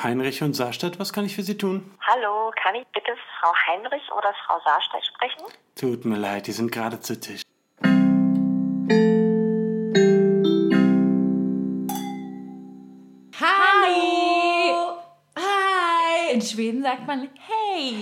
Heinrich und Saarstadt, was kann ich für Sie tun? Hallo, kann ich bitte Frau Heinrich oder Frau Saarstadt sprechen? Tut mir leid, die sind gerade zu Tisch. Hallo! Hi! In Schweden sagt man hey.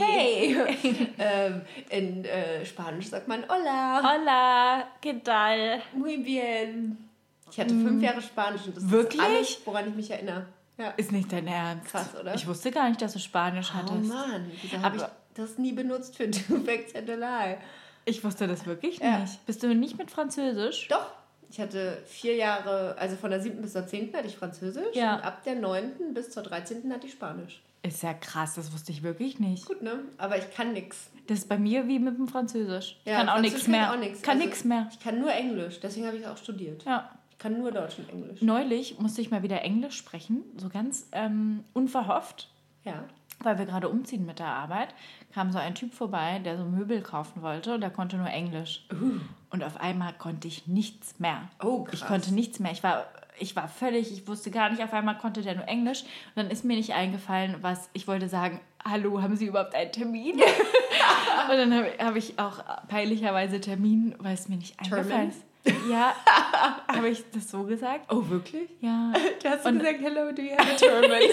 Hey! In Spanisch sagt man hola. Hola, ¿qué tal? Muy bien. Ich hatte 5 Jahre Spanisch und das Wirklich? ist alles, woran ich mich erinnere. Ja. Ist nicht dein Ernst. Krass, oder? Ich wusste gar nicht, dass du Spanisch hattest. Oh Mann, wieso habe ich das nie benutzt für Two Facts and a Lie? Ich wusste das wirklich Ja. nicht. Bist du nicht mit Französisch? Doch, ich hatte 4 Jahre, also von der 7. bis zur 10. hatte ich Französisch Ja. und ab der 9. bis zur 13. hatte ich Spanisch. Ist ja krass, das wusste ich wirklich nicht. Gut, ne? Aber ich kann nix. Das ist bei mir wie mit dem Französisch. Ich Ja, kann auch Französisch nichts kann ich mehr. auch nix. Kann Also, nichts mehr. Ich kann nur Englisch, deswegen habe ich auch studiert. Ja. Ich kann nur Deutsch und Englisch. Neulich musste ich mal wieder Englisch sprechen, so ganz unverhofft. Ja. Weil wir gerade umziehen mit der Arbeit, kam so ein Typ vorbei, der so Möbel kaufen wollte und der konnte nur Englisch. Und auf einmal konnte ich nichts mehr. Oh, krass. Ich konnte nichts mehr. Ich war völlig, ich wusste gar nicht, auf einmal konnte der nur Englisch. Und dann ist mir nicht eingefallen, was ich wollte sagen, hallo, haben Sie überhaupt einen Termin? Und dann habe ich auch peinlicherweise Termin, weil es mir nicht eingefallen ist. Ja, habe ich das so gesagt? Oh, wirklich? Ja. Du hast gesagt, hello, do you have a German?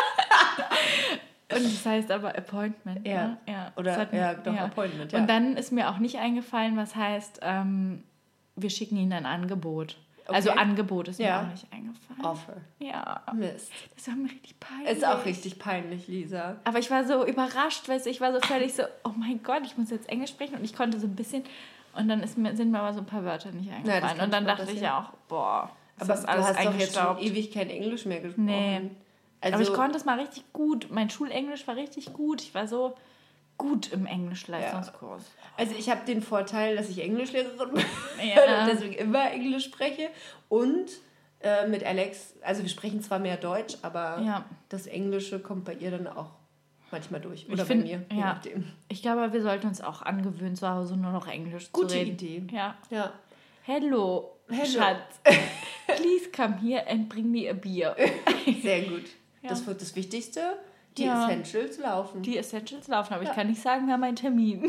Und das heißt aber Appointment. Ja. Ne? Ja. Oder, Das hat- ja, doch, Appointment, ja. Und dann ist mir auch nicht eingefallen, was heißt, wir schicken Ihnen ein Angebot. Okay. Also Angebot ist mir Ja. auch nicht eingefallen. Offer. Ja. Mist. Das war mir richtig peinlich. Ist auch richtig peinlich, Lisa. Aber ich war so überrascht, weißt du, ich war so völlig so, oh mein Gott, ich muss jetzt Englisch sprechen. Und ich konnte so ein bisschen, und dann sind mir aber so ein paar Wörter nicht eingefallen. kann Und dann schon dachte ich passieren. auch, boah, ist Aber das alles du hast doch jetzt schon eingestaubt. ewig kein Englisch mehr gesprochen. Nee. Also, Aber ich konnte es mal richtig gut. Mein Schulenglisch war richtig gut. Ich war so gut im Englischleistungskurs. also ich habe den Vorteil, dass ich Englischlehrerin bin Ja. und deswegen immer Englisch spreche. Und mit Alex, also wir sprechen zwar mehr Deutsch, aber Ja. das Englische kommt bei ihr dann auch manchmal durch. Oder Ich find, bei mir, je ja. nachdem. Ich glaube, wir sollten uns auch angewöhnen, zu Hause nur noch Englisch Gute zu reden. Idee. Ja. Ja. Hello, Schatz. Please come here and bring me a beer. Sehr gut. Ja. Das wird das Wichtigste. Die Ja. Essentials laufen. Die Essentials laufen, aber ich kann nicht sagen, wir haben einen Termin.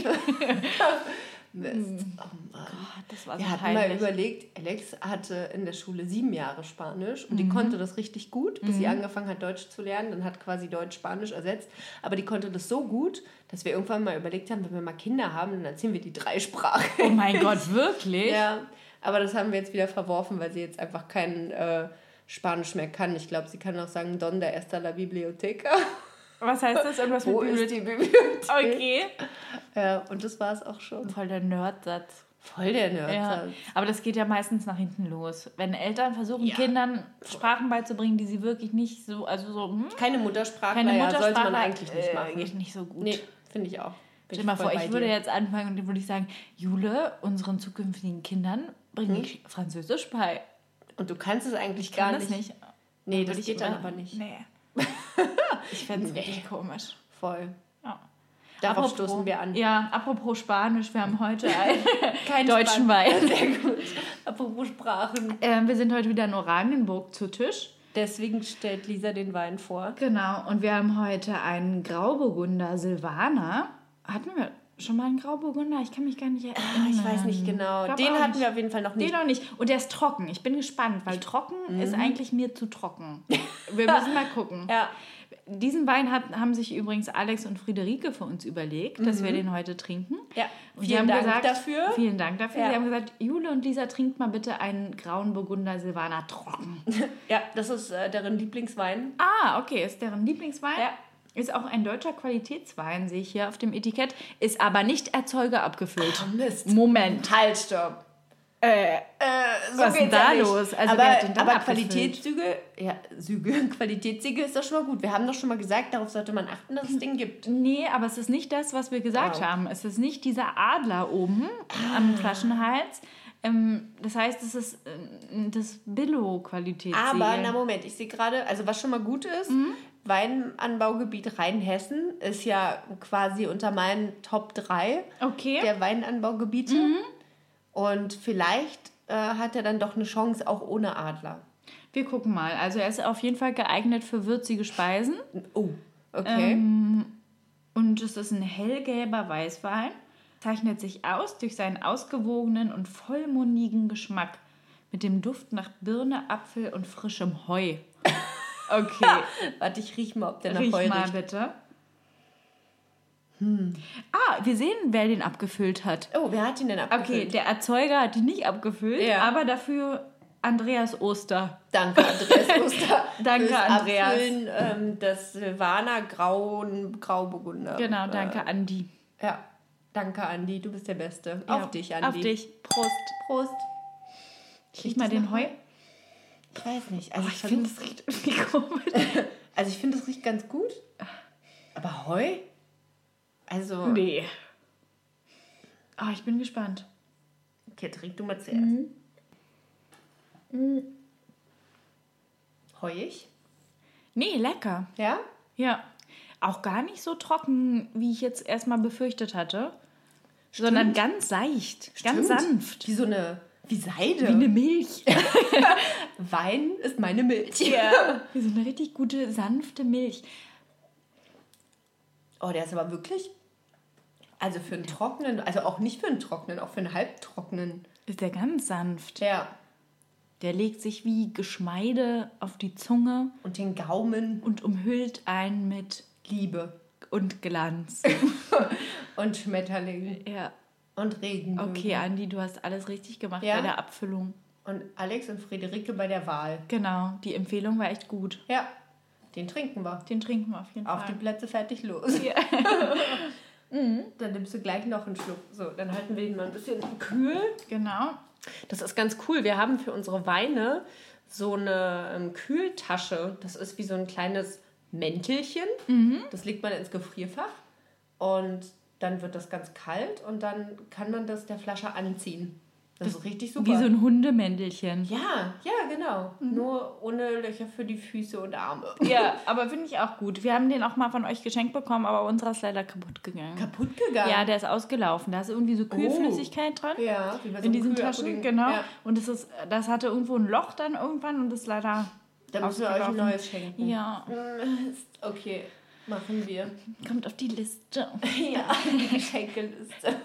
Mist. Oh Mann. Das war so Wir hatten mal peinlich. überlegt, Alex hatte in der Schule 7 Jahre Spanisch und die konnte das richtig gut, bis sie angefangen hat, Deutsch zu lernen. Dann hat quasi Deutsch Spanisch ersetzt. Aber die konnte das so gut, dass wir irgendwann mal überlegt haben, wenn wir mal Kinder haben, dann erzählen wir die 3 Sprachen. Oh mein Gott, wirklich? Ja, aber das haben wir jetzt wieder verworfen, weil sie jetzt einfach kein Spanisch mehr kann. Ich glaube, sie kann auch sagen, ¿Dónde está la biblioteca? Was heißt das? Irgendwas Wo mit ist die Bibliothek? Bibliothek? Okay. Ja, und das war es auch schon. Voll der Nerdsatz. Voll der Nerd. Ja, aber das geht ja meistens nach hinten los. Wenn Eltern versuchen, Kindern Sprachen beizubringen, die sie wirklich nicht so, also so, Keine Muttersprachler, keine ja, Muttersprache, sollte man eigentlich nicht machen. geht nicht so gut. Nee, finde ich auch. Bin Stell dir mal voll vor, bei ich würde dir. jetzt anfangen und dann würde ich sagen, Jule, unseren zukünftigen Kindern bringe ich Französisch bei. Und du kannst es eigentlich Ich kann gar das nicht. nicht. Nee, Würde das ich geht dann immer- aber nicht. Nee. Ich fände es richtig komisch. Voll. Ja. Darauf stoßen wir an. Ja, apropos Spanisch, wir haben heute einen Kein deutschen Spann- Wein. Sehr gut. Apropos Sprachen. Wir sind heute wieder in Oranienburg zu Tisch. Deswegen stellt Lisa den Wein vor. Genau, und wir haben heute einen Grauburgunder Silvaner. Hatten wir schon mal einen Grauburgunder? Ich kann mich gar nicht erinnern. Ich weiß nicht genau. Glaub Den auch hatten nicht. wir auf jeden Fall noch nicht. Den noch nicht. Und der ist trocken. Ich bin gespannt, weil trocken ist eigentlich mir zu trocken. Wir müssen mal gucken. Ja. Diesen Wein haben sich übrigens Alex und Friederike für uns überlegt, dass wir den heute trinken. Ja. Und sie Vielen haben Dank gesagt, dafür. Vielen Dank dafür. Ja. Sie haben gesagt, Jule und Lisa, trinkt mal bitte einen grauen Burgunder Silvaner trocken. Ja, das ist deren Lieblingswein. Ah, okay, ist deren Lieblingswein. Ja. Ist auch ein deutscher Qualitätswein, sehe ich hier auf dem Etikett. Ist aber nicht Erzeuger abgefüllt. Mist. Moment. Halt, stopp. So Was ist denn geht's ja da nicht. los? Also aber wer hat den dann aber abgefüllt? Qualitätssiegel ist doch schon mal gut. Wir haben doch schon mal gesagt, darauf sollte man achten, dass es das Ding gibt. Nee, aber es ist nicht das, was wir gesagt haben. Es ist nicht dieser Adler oben am Flaschenhals. Das heißt, es ist das Billo-Qualitätssiegel. Aber, na Moment, ich sehe gerade, also was schon mal gut ist, Weinanbaugebiet Rheinhessen ist ja quasi unter meinen Top 3 Okay. der Weinanbaugebiete. Und vielleicht hat er dann doch eine Chance, auch ohne Adler. Wir gucken mal. Also er ist auf jeden Fall geeignet für würzige Speisen. Oh, okay. Und es ist ein hellgelber Weißwein. Zeichnet sich aus durch seinen ausgewogenen und vollmundigen Geschmack. Mit dem Duft nach Birne, Apfel und frischem Heu. Okay. Warte, ich riech mal, ob der nach Riech Heu mal riecht. bitte. Wir sehen, wer den abgefüllt hat. Oh, wer hat ihn denn abgefüllt? Okay, der Erzeuger hat ihn nicht abgefüllt, Ja. aber dafür Andreas Oster. Danke, Andreas Oster. Danke, fürs Andreas. Abfüllen, das Silvaner Grauburgunder. Genau, danke, Andi. Ja, danke, Andi. Du bist der Beste. Ja, Auf dich, Andi. Auf dich. Prost. Prost. Riech mal den Heu. Ich weiß nicht. Also, Ich finde, es riecht irgendwie komisch. also ich finde, es riecht ganz gut. Aber Heu? Also, Nee. Oh, ich bin gespannt. okay, trink du mal zuerst. Heuig? Nee, lecker. Ja? Ja. Auch gar nicht so trocken, wie ich jetzt erstmal befürchtet hatte. Sondern ganz seicht. Ganz Stimmt. sanft. Wie Seide. Wie eine Milch. Wein ist meine Milch. Ja. Wie so eine richtig gute, sanfte Milch. Oh, der ist aber wirklich, also für einen trockenen, also auch nicht für einen trockenen, auch für einen halbtrockenen. Ist der ganz sanft. Ja. Der legt sich wie Geschmeide auf die Zunge Und den Gaumen und umhüllt einen mit Liebe und Glanz. und Schmetterling Ja. und Regenbögen. Okay, Andi, du hast alles richtig gemacht Ja? bei der Abfüllung. Und Alex und Friederike bei der Wahl. Genau, die Empfehlung war echt gut. Ja, den trinken wir. Den trinken wir auf jeden Auf die Fall. Plätze, fertig, los. Ja. Dann nimmst du gleich noch einen Schluck. So, dann halten wir ihn mal ein bisschen kühl. Genau. Das ist ganz cool. Wir haben für unsere Weine so eine Kühltasche. Das ist wie so ein kleines Mäntelchen. Das legt man ins Gefrierfach und dann wird das ganz kalt und dann kann man das der Flasche anziehen. Das ist richtig super. Wie so ein Hundemäntelchen. ja, genau. Nur ohne Löcher für die Füße und Arme. Ja, aber finde ich auch gut. Wir haben den auch mal von euch geschenkt bekommen, aber unserer ist leider kaputt gegangen. Kaputt gegangen? Ja, der ist ausgelaufen. Da ist irgendwie so Kühlflüssigkeit dran. Ja, wie bei so In einem diesen Kühlakkudigen. Taschen, genau. Ja. Und das hatte irgendwo ein Loch dann irgendwann und ist leider Da müssen wir euch ein ausgelaufen. neues schenken. Ja, Okay, machen wir. kommt auf die Liste. Ja, die Geschenkeliste.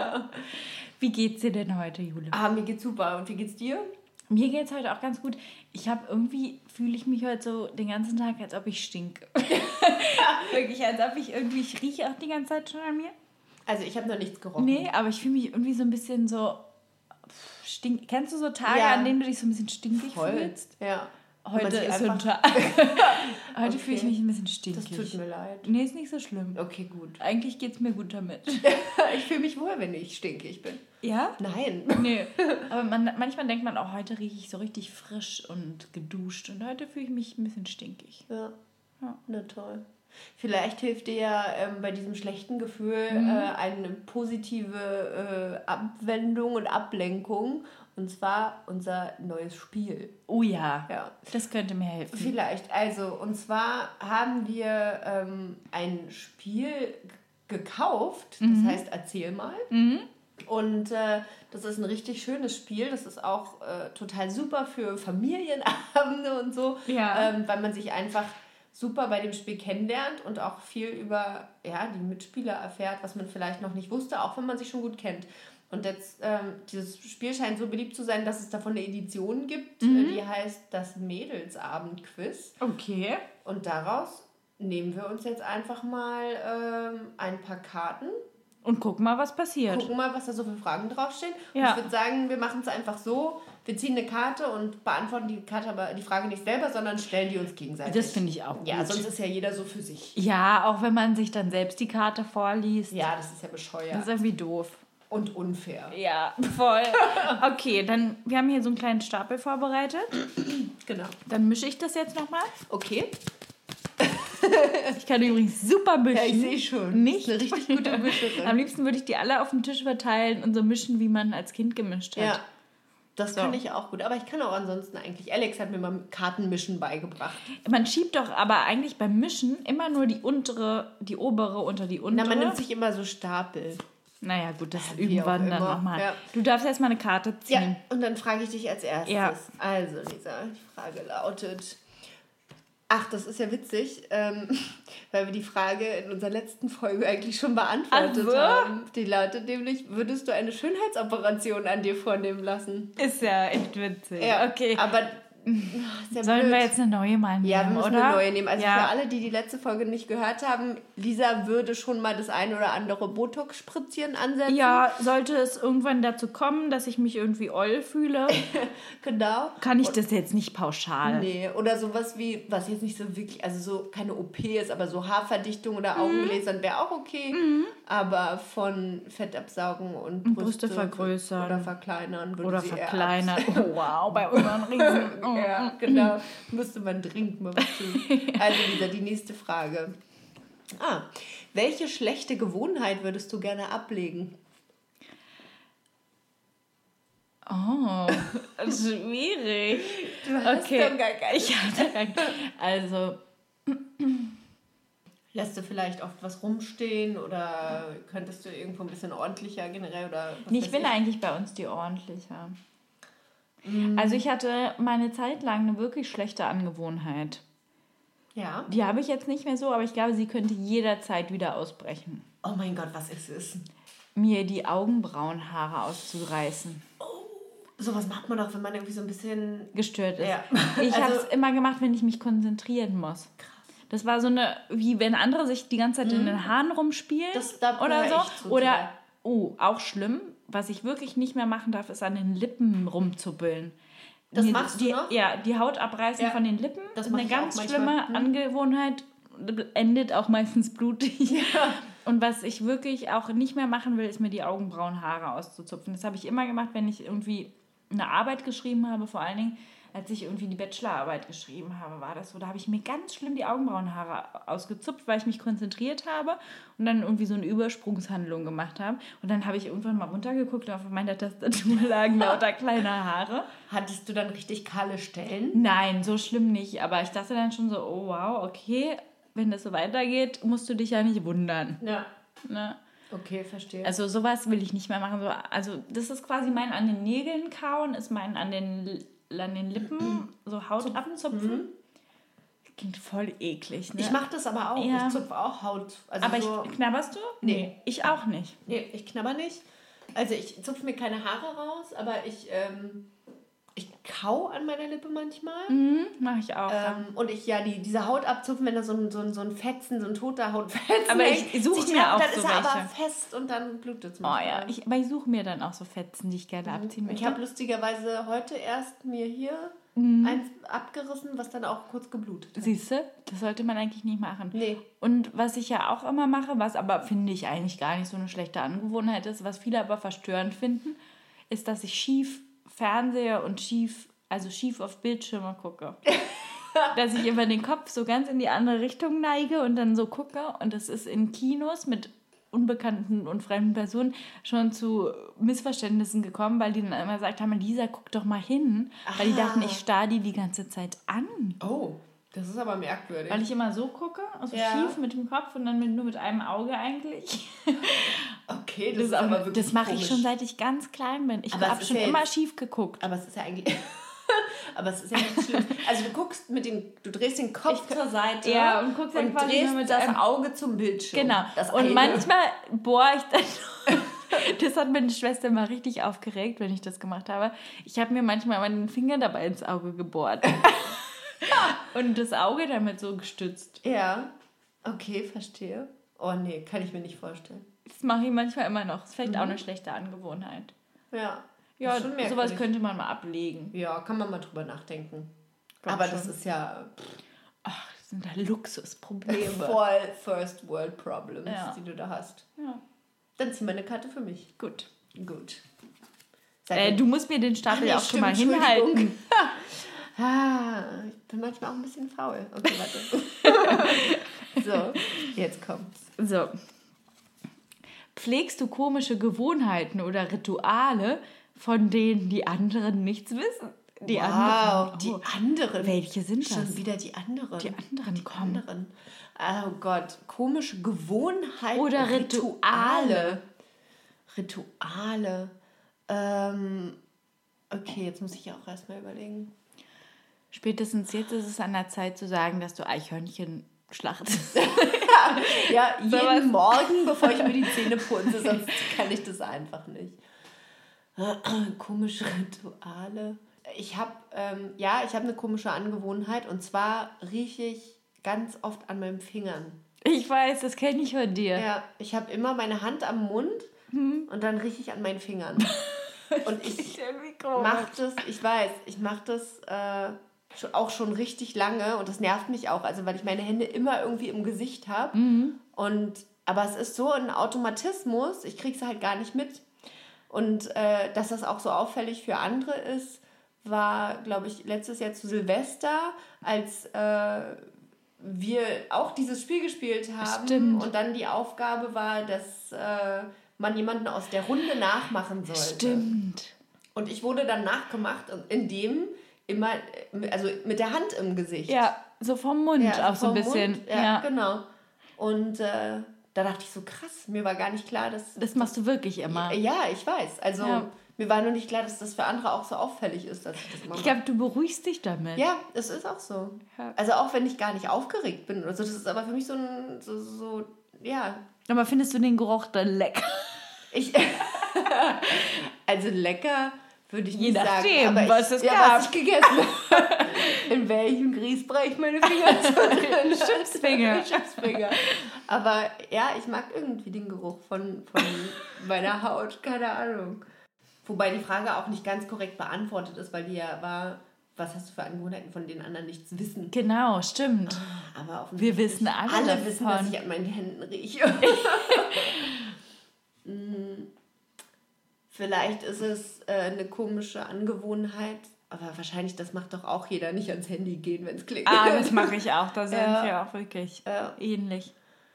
Wie geht's dir denn heute, Jule? Mir geht's super. Und wie geht's dir? Mir geht's heute auch ganz gut. Fühle ich mich heute so den ganzen Tag, als ob ich stinke. Wirklich, als ob ich rieche auch die ganze Zeit schon an mir. Also ich habe noch nichts gerochen. Nee, aber ich fühle mich irgendwie so ein bisschen so stink. Kennst du so Tage, Ja. an denen du dich so ein bisschen stinkig Voll. fühlst? Ja. Heute sich ist so ein einfach- Tag. Heute Okay. fühle ich mich ein bisschen Das stinkig. tut mir leid. Nee, ist nicht so schlimm. Okay, gut. Eigentlich geht's mir gut damit. Ich fühle mich wohl, wenn ich stinkig bin. Ja? Nein. Nee. Aber manchmal denkt man auch, heute rieche ich so richtig frisch und geduscht. Und heute fühle ich mich ein bisschen stinkig. Ja. Ja. Na toll. Vielleicht hilft dir ja bei diesem schlechten Gefühl eine positive Abwendung und Ablenkung. Und zwar unser neues Spiel. Oh ja. Ja. Das könnte mir helfen. Vielleicht. Also, und zwar haben wir ein Spiel gekauft. Das heißt, erzähl mal. Und das ist ein richtig schönes Spiel. Das ist auch total super für Familienabende und so. Ja. Weil man sich einfach super bei dem Spiel kennenlernt und auch viel über die Mitspieler erfährt, was man vielleicht noch nicht wusste, auch wenn man sich schon gut kennt. Und jetzt, dieses Spiel scheint so beliebt zu sein, dass es davon eine Edition gibt, die heißt das Mädelsabend-Quiz. Okay. Und daraus nehmen wir uns jetzt einfach mal ein paar Karten, Und guck mal, was passiert. gucken mal, was da so für Fragen draufstehen. Und Ja. ich würde sagen, wir machen es einfach so, wir ziehen eine Karte und beantworten die Frage nicht selber, sondern stellen die uns gegenseitig. Das finde ich auch gut. Ja, sonst ist ja jeder so für sich. Ja, auch wenn man sich dann selbst die Karte vorliest. Ja, das ist ja bescheuert. Das ist irgendwie doof. Und unfair. Ja, voll. Okay, dann, wir haben hier so einen kleinen Stapel vorbereitet. Genau. Dann mische ich das jetzt nochmal. Okay. Ich kann übrigens super mischen. Ja, ich sehe schon. Nicht? Das ist eine richtig gute Mischerin. Am liebsten würde ich die alle auf dem Tisch verteilen und so mischen, wie man als Kind gemischt hat. Ja, das kann ich auch gut. Aber ich kann auch ansonsten eigentlich. Alex hat mir mal Kartenmischen beigebracht. Man schiebt doch aber eigentlich beim Mischen immer nur die obere unter die untere. Na, man nimmt sich immer so Stapel. Naja, gut, das Wie üben auch wir dann immer. nochmal. Ja. Du darfst erstmal eine Karte Ja, ziehen. und dann frage ich dich als erstes. Ja. Also, Lisa, die Frage lautet... Ach, das ist ja witzig, weil wir die Frage in unserer letzten Folge eigentlich schon beantwortet Ach so? haben. Die lautet nämlich, würdest du eine Schönheitsoperation an dir vornehmen lassen? Ist ja echt witzig. Ja, Okay. aber ist ja Sollen blöd. wir jetzt eine neue mal nehmen, Ja, wir müssen oder? eine neue nehmen. Also ja. für alle, die letzte Folge nicht gehört haben, Lisa würde schon mal das ein oder andere Botox-Spritzchen ansetzen. Ja, sollte es irgendwann dazu kommen, dass ich mich irgendwie oll fühle, Genau. kann ich das jetzt nicht pauschal. Nee, oder sowas wie, was jetzt nicht so wirklich, also so keine OP ist, aber so Haarverdichtung oder Augenlasern wäre auch okay. Aber von Fettabsaugen und Brüste vergrößern. oder verkleinern würde Oder sie eher verkleinern. Oh, wow, bei unseren Riesen. Ja, genau. Müsste man dringend mal was tun. Also Lisa, die nächste Frage. Welche schlechte Gewohnheit würdest du gerne ablegen? Oh, schwierig. Du hast Okay. doch gar keine. Ich hatte gar keine. Also, Lässt du vielleicht oft was rumstehen oder könntest du irgendwo ein bisschen ordentlicher generell oder was ich weiß bin eigentlich bei uns die ordentlicher. Also ich hatte meine Zeit lang eine wirklich schlechte Angewohnheit. Ja. Die habe ich jetzt nicht mehr so, aber ich glaube, sie könnte jederzeit wieder ausbrechen. Oh mein Gott, was ist es? Mir die Augenbrauenhaare auszureißen. Sowas macht man doch, wenn man irgendwie so ein bisschen... Gestört ist. Ja. Ich Also- habe es immer gemacht, wenn ich mich konzentrieren muss. Das war so eine, wie wenn andere sich die ganze Zeit in den Haaren rumspielen Da oder gehör so. ich zu, Oder, auch schlimm, was ich wirklich nicht mehr machen darf, ist an den Lippen rumzuppeln. Das machst du noch? Ja, die Haut abreißen Ja. von den Lippen. Das ist mach eine ich auch ganz manchmal. schlimme Angewohnheit. Endet auch meistens blutig. Ja. Und was ich wirklich auch nicht mehr machen will, ist mir die Augenbrauenhaare auszuzupfen. Das habe ich immer gemacht, wenn ich irgendwie eine Arbeit geschrieben habe, vor allen Dingen, als ich irgendwie die Bachelorarbeit geschrieben habe, war das so. Da habe ich mir ganz schlimm die Augenbrauenhaare ausgezupft, weil ich mich konzentriert habe und dann irgendwie so eine Übersprungshandlung gemacht habe. Und dann habe ich irgendwann mal runtergeguckt und auf meiner Tastatur lagen lauter kleine Haare. Hattest du dann richtig kahle Stellen? Nein, so schlimm nicht. Aber ich dachte dann schon so, oh wow, okay, wenn das so weitergeht, musst du dich ja nicht wundern. Ja. Ne? Okay, verstehe. Also sowas will ich nicht mehr machen. Also das ist quasi mein an den Nägeln kauen, ist mein an den Lippen so Haut abzupfen. Klingt voll eklig, ne? Ich mache das aber auch. Ja. Ich zupfe auch Haut. Also Aber so, knabberst du? Nee. Ich auch nicht. nee, ich knabber nicht. Also ich zupfe mir keine Haare raus, aber ich kau an meiner Lippe manchmal. Mach ich auch. Und diese Haut abzupfen, wenn da so ein Fetzen, so ein toter Hautfetzen Aber ich hängt, suche sich mir dann auch ist so er aber welche. fest und dann blutet es Oh ja, aber ich suche mir dann auch so Fetzen, die ich gerne abziehen möchte. Ich habe lustigerweise heute erst mir hier eins abgerissen, was dann auch kurz geblutet hat. Siehst du? Das sollte man eigentlich nicht machen. Nee. Und was ich ja auch immer mache, was aber finde ich eigentlich gar nicht so eine schlechte Angewohnheit ist, was viele aber verstörend finden, ist, dass ich schief fernsehe und schief auf Bildschirme gucke. Dass ich immer den Kopf so ganz in die andere Richtung neige und dann so gucke. Und das ist in Kinos mit unbekannten und fremden Personen schon zu Missverständnissen gekommen, weil die dann immer gesagt haben, Lisa, guck doch mal hin. Weil die dachten, ich starr die ganze Zeit an. Oh, das ist aber merkwürdig. Weil ich immer so gucke, also Ja. schief mit dem Kopf und dann nur mit einem Auge eigentlich. Okay, Das, ist aber wirklich das mache ich komisch. schon seit ich ganz klein bin. Ich Aber es habe ist schon ja immer jetzt- schief geguckt. Aber es ist ja eigentlich... Aber es ist ja nicht schlimm. Also du drehst den Kopf zur Seite Ja, und guckst dann quasi drehst nur mit das einem- Auge zum Bildschirm. Genau. Das Und eine. manchmal bohre ich dann. Das hat meine Schwester immer richtig aufgeregt, wenn ich das gemacht habe. Ich habe mir manchmal meinen Finger dabei ins Auge gebohrt. Und das Auge damit so gestützt. Ja, okay, verstehe. Oh nee, kann ich mir nicht vorstellen. Das mache ich manchmal immer noch. Das ist vielleicht auch eine schlechte Angewohnheit. Ja, Ja, ist schon sowas merkwürdig. könnte man mal ablegen. Ja, kann man mal drüber nachdenken. Glaub Aber schon. das ist ja Ach, das sind da Luxusprobleme. voll First World Problems, Ja. die du da hast. Ja, Dann zieh mal eine Karte für mich. gut. Gut. Du musst mir den Stapel nee, auch schon mal stimmt, hinhalten. Ich bin manchmal auch ein bisschen faul. Okay, warte. So, jetzt kommt's. So. Pflegst du komische Gewohnheiten oder Rituale, von denen die anderen nichts wissen? Die wow, anderen. die Oh. anderen. Welche sind Schon das? wieder die anderen. Die anderen kommen. Oh Gott, komische Gewohnheiten. Oder Rituale. Rituale. Okay, jetzt muss ich auch erstmal überlegen. Spätestens jetzt ist es an der Zeit zu sagen, dass du Eichhörnchen schlachtest. Ja, jeden Morgen, bevor ich mir die Zähne putze, sonst kann ich das einfach nicht. Komische Rituale. Ich habe eine komische Angewohnheit und zwar rieche ich ganz oft an meinen Fingern. Ich weiß, das kenne ich von dir. Ja, ich habe immer meine Hand am Mund und dann rieche ich an meinen Fingern. Und ich mache das, ich mache das auch schon richtig lange und das nervt mich auch, also weil ich meine Hände immer irgendwie im Gesicht habe. Aber es ist so ein Automatismus, ich kriege es halt gar nicht mit. Und dass das auch so auffällig für andere ist, war, glaube ich, letztes Jahr zu Silvester, als wir auch dieses Spiel gespielt haben. Stimmt. Und dann die Aufgabe war, dass man jemanden aus der Runde nachmachen sollte. Stimmt. Und ich wurde dann nachgemacht und in dem immer, also mit der Hand im Gesicht. Ja, so vom Mund auch so ein bisschen. Mund, ja, genau. Und da dachte ich so, krass, mir war gar nicht klar, dass... Das machst du wirklich immer. Ja, ich weiß. Also mir war nur nicht klar, dass das für andere auch so auffällig ist, dass ich das mache. Ich glaube, du beruhigst dich damit. Ja, es ist auch so. Ja. Also auch wenn ich gar nicht aufgeregt bin oder so, das ist aber für mich so ein, ja. Aber findest du den Geruch dann lecker? Also lecker würde ich Je nicht nachdem, sagen. Aber was es gab. Was ich gegessen habe. In welchem Grießbrei ich meine Finger zu drin. Chipsfinger. Aber ja, ich mag irgendwie den Geruch von meiner Haut. Keine Ahnung. Wobei die Frage auch nicht ganz korrekt beantwortet ist, weil die ja war, was hast du für Angewohnheiten, von denen anderen nichts wissen. Genau, stimmt. Aber wir wissen alle davon. wissen, dass ich an meinen Händen rieche. Vielleicht ist es eine komische Angewohnheit, aber wahrscheinlich, das macht doch auch jeder, nicht ans Handy gehen, wenn es klingelt. Das mache ich auch. Da sind wir auch wirklich ähnlich.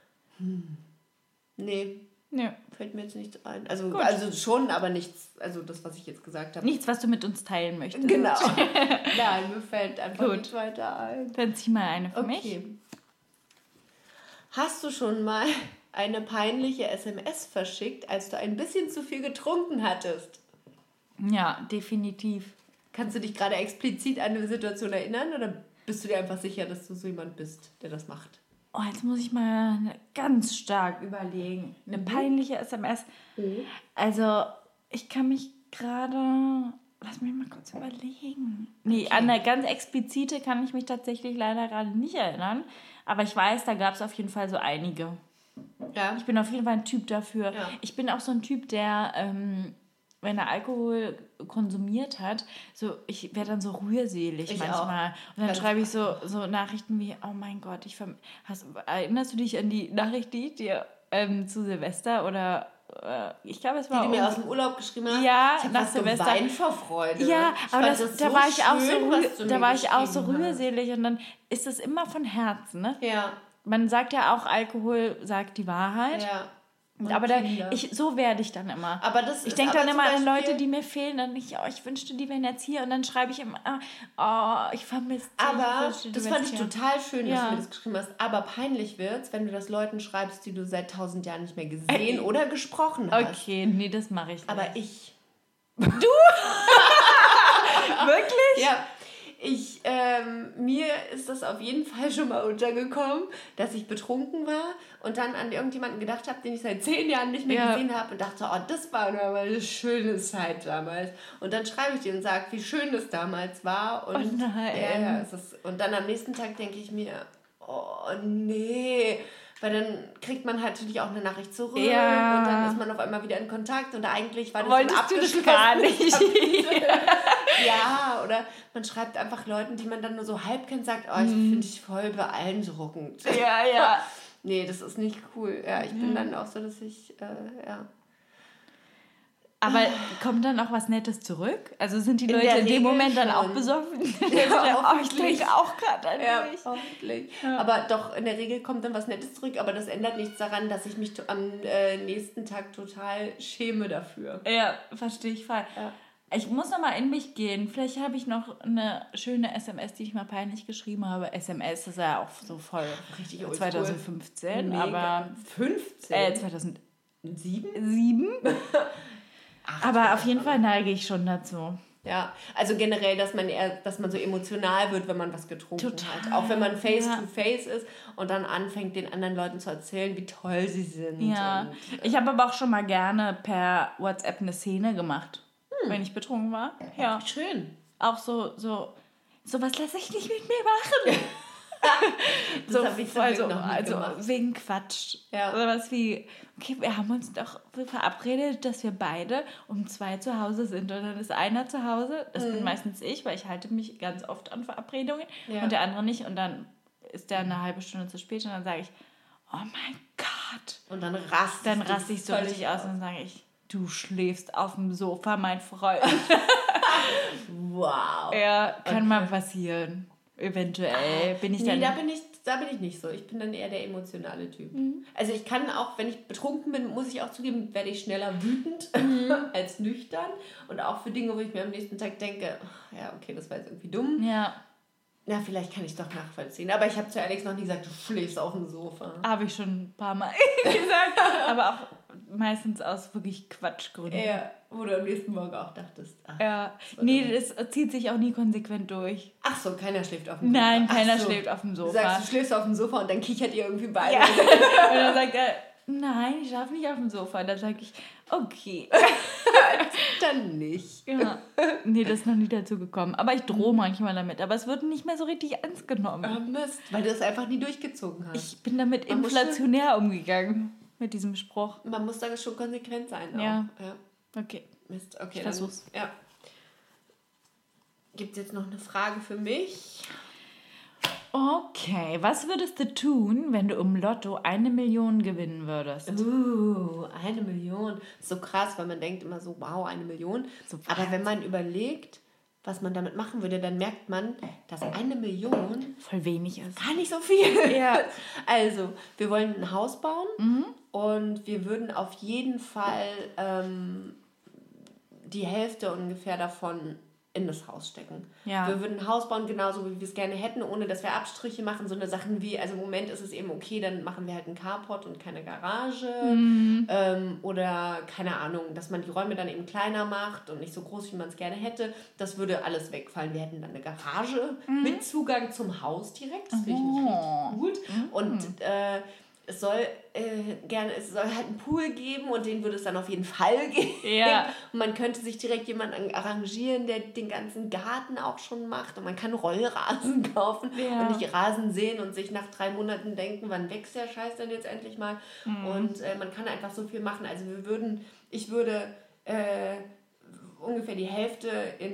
Nee, Ja. fällt mir jetzt nichts ein. Also schon, aber nichts, also das, was ich jetzt gesagt habe. Nichts, was du mit uns teilen möchtest. Genau. Nein, mir fällt einfach Gut. nichts weiter ein. Dann zieh mal eine für mich. Okay. Hast du schon mal eine peinliche SMS verschickt, als du ein bisschen zu viel getrunken hattest? Ja, definitiv. Kannst du dich gerade explizit an eine Situation erinnern oder bist du dir einfach sicher, dass du so jemand bist, der das macht? Oh, jetzt muss ich mal ganz stark überlegen. Eine peinliche SMS. Also, ich kann mich gerade... Lass mich mal kurz überlegen. Nee, an eine ganz explizite kann ich mich tatsächlich leider gerade nicht erinnern. Aber ich weiß, da gab es auf jeden Fall so einige. Ja. Ich bin auf jeden Fall ein Typ dafür. Ja. Ich bin auch so ein Typ, der, wenn er Alkohol konsumiert hat, so ich werde dann so rührselig Ich manchmal. auch. Und dann Ganz schreibe ich so Nachrichten wie, oh mein Gott, erinnerst du dich an die Nachricht, die ich dir zu Silvester oder ich glaube, es war... Die du mir aus dem Urlaub geschrieben hast? Ja, ich habe nach fast Silvester. geweint vor Freude. Ja, aber da war ich auch so da war ich auch so geschrieben hast. rührselig und dann ist es immer von Herzen, ne? Ja. Man sagt ja auch, Alkohol sagt die Wahrheit. Ja. Und Aber Kinder. so werde ich dann immer. Aber das ich ist denke dann aber immer zum an Beispiel- Leute, die mir fehlen. Dann denke ich, ich wünschte, die wären jetzt hier. Und dann schreibe ich immer, ich vermisse dich. Aber wünschte, die das wärst fand ich hier. total schön, dass Ja. du mir das geschrieben hast. Aber peinlich wird's, wenn du das Leuten schreibst, die du seit 1000 Jahren nicht mehr gesehen oder gesprochen hast. Okay, nee, das mache ich nicht. Aber ich. Wirklich? Ja. Mir ist das auf jeden Fall schon mal untergekommen, dass ich betrunken war und dann an irgendjemanden gedacht habe, den ich seit 10 Jahren nicht mehr gesehen habe und dachte, das war nur mal eine schöne Zeit damals. Und dann schreibe ich dir und sage, wie schön das damals war. Und, Oh nein. Und dann am nächsten Tag denke ich mir, oh nee. Weil dann kriegt man halt natürlich auch eine Nachricht zurück Ja. und dann ist man auf einmal wieder in Kontakt und eigentlich war das Wolltest du das gar nicht? Ja, oder man schreibt einfach Leuten, die man dann nur so halb kennt, sagt, ich finde dich voll beeindruckend. Ja. Nee, das ist nicht cool. Ja, ich bin dann auch so, dass ich, Aber kommt dann auch was Nettes zurück? Also sind die In Leute der in dem Regel Moment dann auch schon. besoffen? Ja, Ich denke auch gerade an Ja, dich. hoffentlich. Aber doch, in der Regel kommt dann was Nettes zurück, aber das ändert nichts daran, dass ich mich am nächsten Tag total schäme dafür. Ja, verstehe ich voll. Ja. Ich muss noch mal in mich gehen. Vielleicht habe ich noch eine schöne SMS, die ich mal peinlich geschrieben habe. SMS ist ja auch so voll Richtig oldschool. 2015, Mega. aber 15? 2019. 7? Aber auf jeden Fall neige ich schon dazu. Ja, also generell, dass man so emotional wird, wenn man was getrunken hat. Auch wenn man face-to-face ist und dann anfängt, den anderen Leuten zu erzählen, wie toll sie sind. Ja, und, ich habe aber auch schon mal gerne per WhatsApp eine Szene gemacht, wenn ich betrunken war. Ja, schön. auch so was lasse ich nicht mit mir machen. Das habe ich noch nie gemacht. Wegen Quatsch. Ja. Oder was wie, okay, wir haben uns doch verabredet, dass wir beide um 2 zu Hause sind. Und dann ist einer zu Hause, das bin meistens ich, weil ich halte mich ganz oft an Verabredungen und der andere nicht. Und dann ist der eine halbe Stunde zu spät und dann sage ich, oh mein Gott. Und dann raste ich so richtig aus und dann sage ich, du schläfst auf dem Sofa, mein Freund. Wow. Ja, kann mal passieren. Eventuell bin ich dann... Nee, da bin ich nicht so. Ich bin dann eher der emotionale Typ. Also ich kann auch, wenn ich betrunken bin, muss ich auch zugeben, werde ich schneller wütend als nüchtern. Und auch für Dinge, wo ich mir am nächsten Tag denke, ach, ja, okay, das war jetzt irgendwie dumm. Ja. Na, vielleicht kann ich es doch nachvollziehen. Aber ich habe zu Alex noch nie gesagt, du schläfst auf dem Sofa. Habe ich schon ein paar Mal gesagt. Aber auch meistens aus wirklich Quatschgründen. Ja, wo du am nächsten Morgen auch dachtest. Ach, ja. Nee, das zieht sich auch nie konsequent durch. Ach so, keiner schläft auf dem Sofa. Nein, keiner schläft auf dem Sofa. Du sagst, du schläfst auf dem Sofa und dann kichert ihr irgendwie beide. Ja. Und dann sagt er, nein, ich schlafe nicht auf dem Sofa. Und dann sage ich, okay. Dann nicht. Ja. Nee, das ist noch nie dazu gekommen. Aber ich drohe manchmal damit. Aber es wird nicht mehr so richtig ernst genommen. Oh Mist, weil du es einfach nie durchgezogen hast. Ich bin damit inflationär umgegangen. Mit diesem Spruch. Man muss da schon konsequent sein. Ja. Auch. Ja. Okay. Mist, okay. Ich versuch's. Ja. Gibt es jetzt noch eine Frage für mich? Okay, was würdest du tun, wenn du im Lotto 1 Million gewinnen würdest? 1 Million. So krass, weil man denkt immer so, wow, 1 Million. So aber wenn man überlegt, was man damit machen würde, dann merkt man, dass 1 Million voll wenig ist. gar nicht so viel. Ja. Also, wir wollen ein Haus bauen und wir würden auf jeden Fall die Hälfte ungefähr davon in das Haus stecken. Ja. Wir würden ein Haus bauen, genauso wie wir es gerne hätten, ohne dass wir Abstriche machen. So eine Sachen wie, also im Moment ist es eben okay, dann machen wir halt einen Carport und keine Garage. Oder, keine Ahnung, dass man die Räume dann eben kleiner macht und nicht so groß, wie man es gerne hätte. Das würde alles wegfallen. Wir hätten dann eine Garage mit Zugang zum Haus direkt. Das finde ich nicht richtig gut. Und es soll halt einen Pool geben und den würde es dann auf jeden Fall geben. Ja. Und man könnte sich direkt jemanden arrangieren, der den ganzen Garten auch schon macht. Und man kann Rollrasen kaufen und nicht Rasen sehen und sich nach 3 Monaten denken, wann wächst der Scheiß denn jetzt endlich mal? Und man kann einfach so viel machen. Also ich würde ungefähr die Hälfte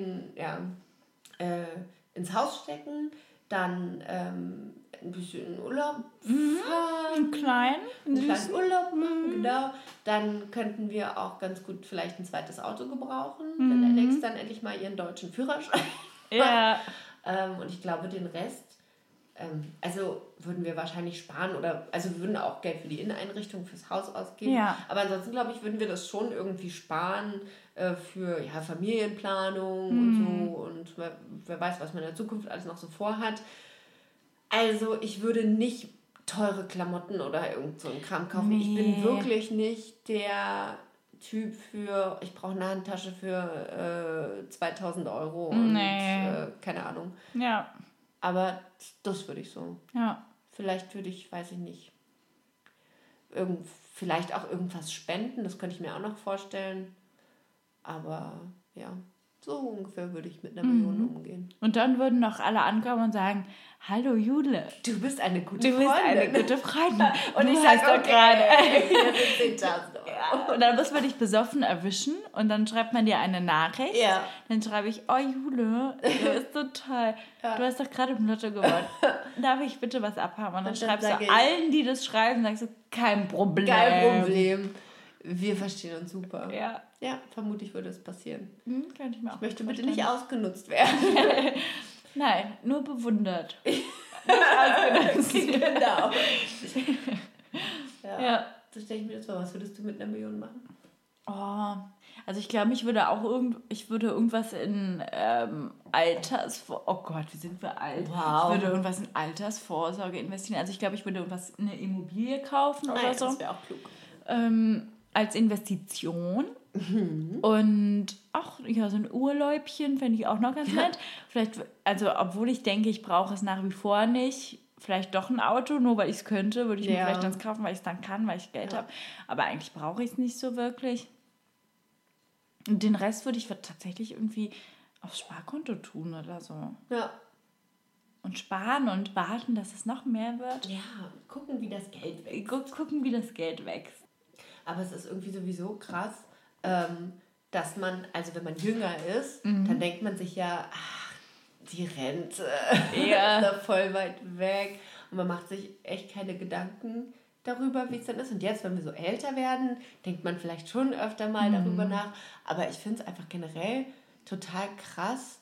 ins Haus stecken, dann ein bisschen in Urlaub fahren. Einen kleinen Urlaub machen, genau. Dann könnten wir auch ganz gut vielleicht ein zweites Auto gebrauchen, wenn Alex dann endlich mal ihren deutschen Führerschein Ja. macht. Und ich glaube, den Rest, also würden wir wahrscheinlich sparen wir würden auch Geld für die Inneneinrichtung, fürs Haus ausgeben. Ja. Aber ansonsten, glaube ich, würden wir das schon irgendwie sparen für Familienplanung und so. Und wer weiß, was man in der Zukunft alles noch so vorhat. Also ich würde nicht teure Klamotten oder irgend so einen Kram kaufen. Ich bin wirklich nicht der Typ für, ich brauche eine Handtasche für 2.000 Euro und keine Ahnung. Ja. Aber das würde ich so. Ja. Vielleicht würde ich, weiß ich nicht, vielleicht auch irgendwas spenden, das könnte ich mir auch noch vorstellen. Aber ja, so ungefähr würde ich mit einer Million umgehen. Und dann würden noch alle ankommen und sagen, hallo Jule. Du bist eine gute Du bist Freundin. eine gute Freundin. Und ich sag sage doch gerade. Hier sind 10.000 Euro. Und dann muss man dich besoffen erwischen und dann schreibt man dir eine Nachricht. Ja. Dann schreibe ich, oh Jule, du bist so toll. Du hast doch gerade im Lotto gewonnen. Darf ich bitte was abhaben? Und dann schreibst du allen, die das schreiben, sagst du, kein Problem. Kein Problem. Wir verstehen uns super. Ja. Ja, vermutlich würde es passieren. Könnte ich mir auch Ich möchte bitte nicht ausgenutzt werden. Nein, nur bewundert. Nicht ausgenutzt. Genau. Ja. So stelle ich mir das vor. Was würdest du mit einer Million machen? Oh, also ich glaube, ich würde irgendwas in oh Gott, wie sind wir alt? Wow. Ich würde irgendwas in Altersvorsorge investieren. Also ich glaube, ich würde irgendwas in eine Immobilie kaufen oder so. Das wäre auch klug. als Investition. Und auch ja, so ein Urläubchen fände ich auch noch ganz nett. Vielleicht, also obwohl ich denke, ich brauche es nach wie vor nicht, vielleicht doch ein Auto, nur weil ich es könnte, würde ich mir vielleicht eins kaufen, weil ich es dann kann, weil ich Geld habe. Aber eigentlich brauche ich es nicht so wirklich. Und den Rest würde ich tatsächlich irgendwie aufs Sparkonto tun oder so. Ja. Und sparen und warten, dass es noch mehr wird. Ja, gucken, wie das Geld wächst. Gucken, wie das Geld wächst. Aber es ist irgendwie sowieso krass, dass man, also wenn man jünger ist, dann denkt man sich ja, ach, die Rente ist da voll weit weg. Und man macht sich echt keine Gedanken darüber, wie es dann ist. Und jetzt, wenn wir so älter werden, denkt man vielleicht schon öfter mal darüber nach. Aber ich finde es einfach generell total krass,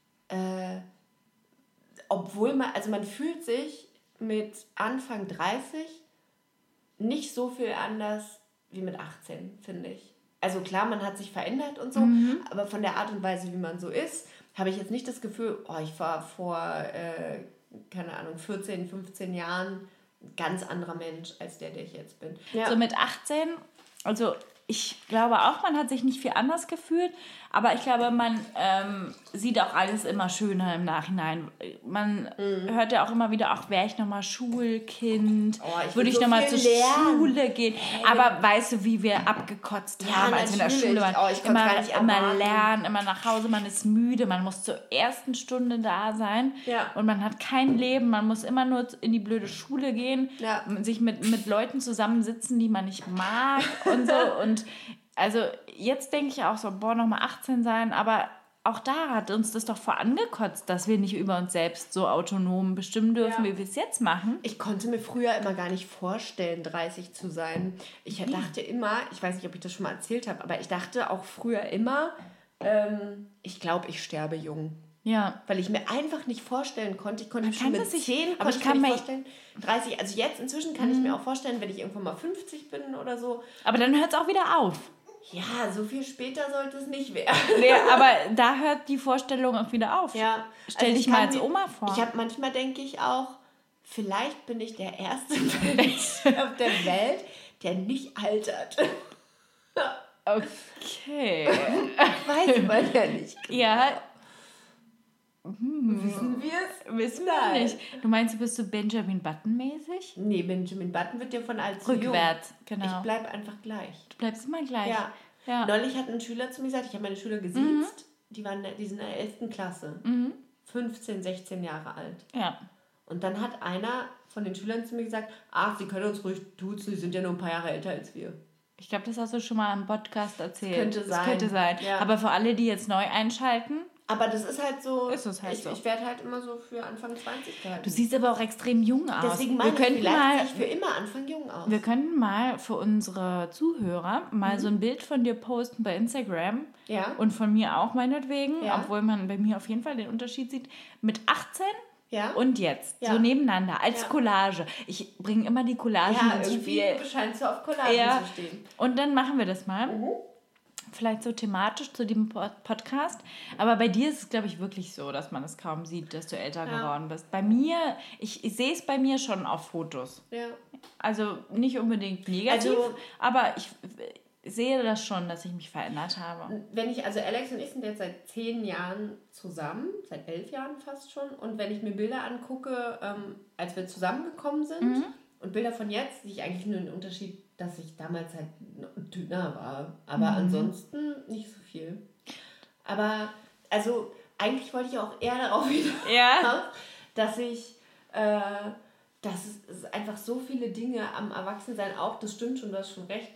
obwohl man fühlt sich mit Anfang 30 nicht so viel anders wie mit 18, finde ich. Also klar, man hat sich verändert und so, aber von der Art und Weise, wie man so ist, habe ich jetzt nicht das Gefühl, ich war vor, keine Ahnung, 14, 15 Jahren ein ganz anderer Mensch als der ich jetzt bin. Ja. So mit 18, also ich glaube auch, man hat sich nicht viel anders gefühlt, aber ich glaube, man sieht auch alles immer schöner im Nachhinein. Man hört ja auch immer wieder, wäre ich nochmal Schulkind, würde ich nochmal zur Schule gehen. Aber weißt du, wie wir abgekotzt haben, als wir in der Schule waren? Immer lernen, immer nach Hause, man ist müde, man muss zur ersten Stunde da sein und man hat kein Leben, man muss immer nur in die blöde Schule gehen, sich mit Leuten zusammensitzen, die man nicht mag und so. Und also jetzt denke ich auch so, nochmal 18 sein, aber auch da hat uns das doch vorangekotzt, dass wir nicht über uns selbst so autonom bestimmen dürfen, wie wir es jetzt machen. Ich konnte mir früher immer gar nicht vorstellen, 30 zu sein. Ich dachte immer, ich weiß nicht, ob ich das schon mal erzählt habe, aber ich dachte auch früher immer, ich glaube, ich sterbe jung. Ja. Weil ich mir einfach nicht vorstellen konnte. Ich konnte schon mit 10 aber ich kann mir vorstellen. 30, also jetzt inzwischen kann ich mir auch vorstellen, wenn ich irgendwann mal 50 bin oder so. Aber dann hört es auch wieder auf. Ja, so viel später sollte es nicht werden. Nee, aber da hört die Vorstellung auch wieder auf. Ja. Stell dich mal als Oma vor. Manchmal denke ich auch, vielleicht bin ich der erste Mensch auf der Welt, der nicht altert. Okay. Weiß man ja nicht. Ja. Wissen wir es? Wissen wir nicht. Du meinst, du bist so Benjamin Button-mäßig? Nee, Benjamin Button wird dir von als rückwärts, jung. Genau. Ich bleib einfach gleich. Du bleibst immer gleich. Ja. Neulich hat ein Schüler zu mir gesagt, ich habe meine Schüler gesiezt, die sind in der 11. Klasse. 15, 16 Jahre alt. Ja. Und dann hat einer von den Schülern zu mir gesagt, sie können uns ruhig duzen, die sind ja nur ein paar Jahre älter als wir. Ich glaube, das hast du schon mal im Podcast erzählt. Das könnte sein. Ja. Aber für alle, die jetzt neu einschalten... Aber das ist halt so, ich werde halt immer so für Anfang 20 gehalten. Du siehst aber auch extrem jung aus. Deswegen meine ich, vielleicht sehe ich für immer Anfang jung aus. Wir könnten mal für unsere Zuhörer mal so ein Bild von dir posten bei Instagram. Ja. Und von mir auch meinetwegen, obwohl man bei mir auf jeden Fall den Unterschied sieht. Mit 18 und jetzt, so nebeneinander, als Collage. Ich bringe immer die Collagen ins Spiel. Du scheinst so auf Collagen zu stehen. Und dann machen wir das mal. Vielleicht so thematisch zu dem Podcast. Aber bei dir ist es, glaube ich, wirklich so, dass man es kaum sieht, dass du älter geworden bist. Bei mir, ich sehe es bei mir schon auf Fotos. Ja. Also nicht unbedingt negativ, aber ich sehe das schon, dass ich mich verändert habe. Alex und ich sind jetzt seit 10 Jahren zusammen, seit 11 Jahren fast schon. Und wenn ich mir Bilder angucke, als wir zusammengekommen sind und Bilder von jetzt, sehe ich eigentlich nur den Unterschied, dass ich damals halt dünner war. Aber ansonsten nicht so viel. Aber, also, eigentlich wollte ich auch eher darauf hinaus, dass es einfach so viele Dinge am Erwachsensein auch, das stimmt schon, du hast schon recht.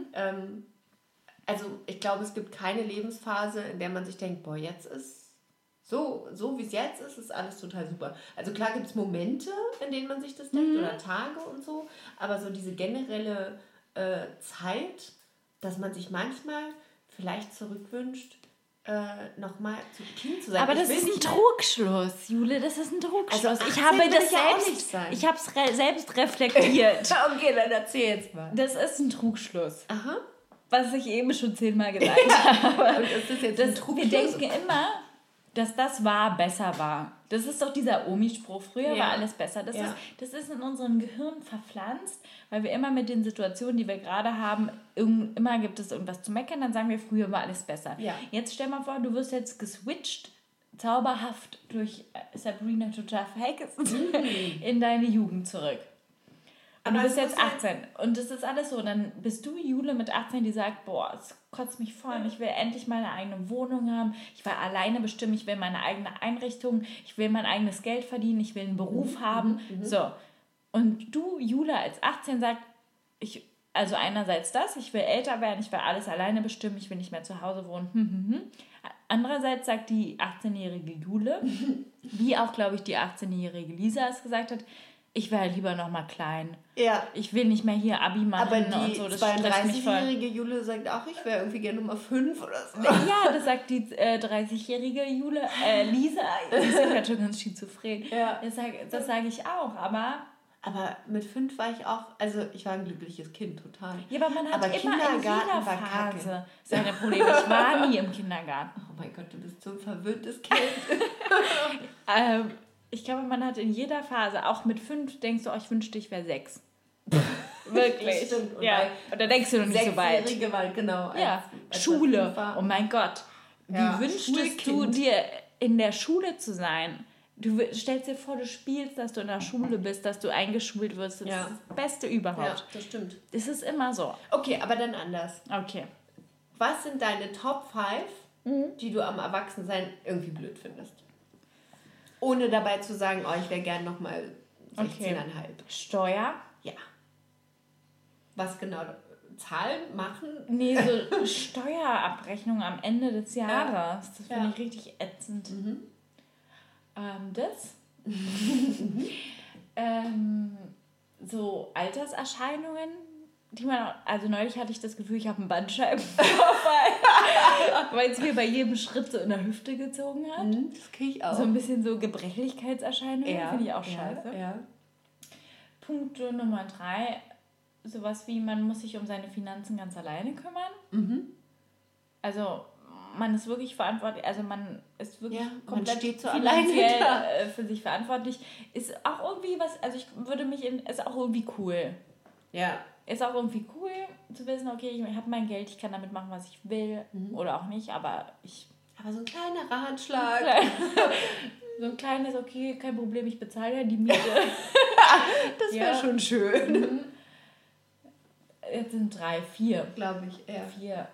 Also, ich glaube, es gibt keine Lebensphase, in der man sich denkt, jetzt ist so wie es jetzt ist alles total super. Also klar gibt es Momente, in denen man sich das denkt oder Tage und so, aber so diese generelle Zeit, dass man sich manchmal vielleicht zurückwünscht, nochmal zu Kind zu sein. Aber das ist ein Trugschluss, Jule, das ist ein Trugschluss. Also ich habe das ich habe es selbst reflektiert. Okay, dann erzähl jetzt mal. Das ist ein Trugschluss. Aha. Was ich eben schon 10-mal gesagt habe. Und ist das jetzt ein Trugschluss? Wir denken immer, dass das besser war. Das ist doch dieser Omi-Spruch. Früher war alles besser. Das ist in unserem Gehirn verpflanzt, weil wir immer mit den Situationen, die wir gerade haben, immer gibt es irgendwas zu meckern, dann sagen wir, früher war alles besser. Ja. Jetzt stell mal vor, du wirst jetzt geswitcht, zauberhaft durch Sabrina total fake in deine Jugend zurück. Und du bist jetzt 18 und das ist alles so. Dann bist du Jule mit 18, die sagt, boah, es kotzt mich voll an, ich will endlich meine eigene Wohnung haben, ich will alleine bestimmen, ich will meine eigene Einrichtung, ich will mein eigenes Geld verdienen, ich will einen Beruf haben. So. Und du, Jule, als 18 sagt, also einerseits das, ich will älter werden, ich will alles alleine bestimmen, ich will nicht mehr zu Hause wohnen. Andererseits sagt die 18-jährige Jule, wie auch, glaube ich, die 18-jährige Lisa es gesagt hat, ich wäre lieber noch mal klein. Ja. Ich will nicht mehr hier Abi machen und so. Das stresst mich voll. Aber die 32-jährige Jule sagt auch, ich wäre irgendwie gerne Nummer 5 oder so. Ja, das sagt die 30-jährige Lisa. Die ist ja schon ganz schizophren. Ja. Das sage ich auch, aber mit 5 war ich auch, also ich war ein glückliches Kind, total. Ja, aber man hat immer in jeder Phase seine Probleme. Ich war nie im Kindergarten. Oh mein Gott, du bist so ein verwöhntes Kind. Ich glaube, man hat in jeder Phase, auch mit 5, denkst du, ich wünschte, ich wäre 6. Wirklich. Das stimmt. Und da denkst du noch nicht so weit. 6-jährige war genau. Als Schule. Oh mein Gott. Wie wünschtest du dir, in der Schule zu sein? Du stellst dir vor, du spielst, dass du in der Schule bist, dass du eingeschult wirst. Das ist das Beste überhaupt. Ja, das stimmt. Das ist immer so. Okay, aber dann anders. Okay. Was sind deine Top 5, die du am Erwachsensein irgendwie blöd findest? Ohne dabei zu sagen, ich wäre gern nochmal 16,5. Okay. Steuer? Ja. Was genau? Zahlen machen? Nee, so Steuerabrechnung am Ende des Jahres. Das finde ich richtig ätzend. So Alterserscheinungen, die man, also neulich hatte ich das Gefühl, ich habe einen Bandscheibenvorfall, weil es mir bei jedem Schritt so in der Hüfte gezogen hat. Das kriege ich auch. So ein bisschen so Gebrechlichkeitserscheinungen, finde ich auch scheiße. Ja. Punkt Nummer 3, sowas wie, man muss sich um seine Finanzen ganz alleine kümmern. Also man ist wirklich verantwortlich, also man ist wirklich komplett steht so finanziell für sich verantwortlich. Ist auch irgendwie was, also ich würde ist auch irgendwie cool. Ja. Ist auch irgendwie cool zu wissen, okay, ich habe mein Geld, ich kann damit machen, was ich will oder auch nicht, aber so ein kleiner Ratschlag. So ein kleines, okay, kein Problem, ich bezahle ja die Miete. Das wäre schon schön. Jetzt sind 3, 4. Glaube ich, ja. 4.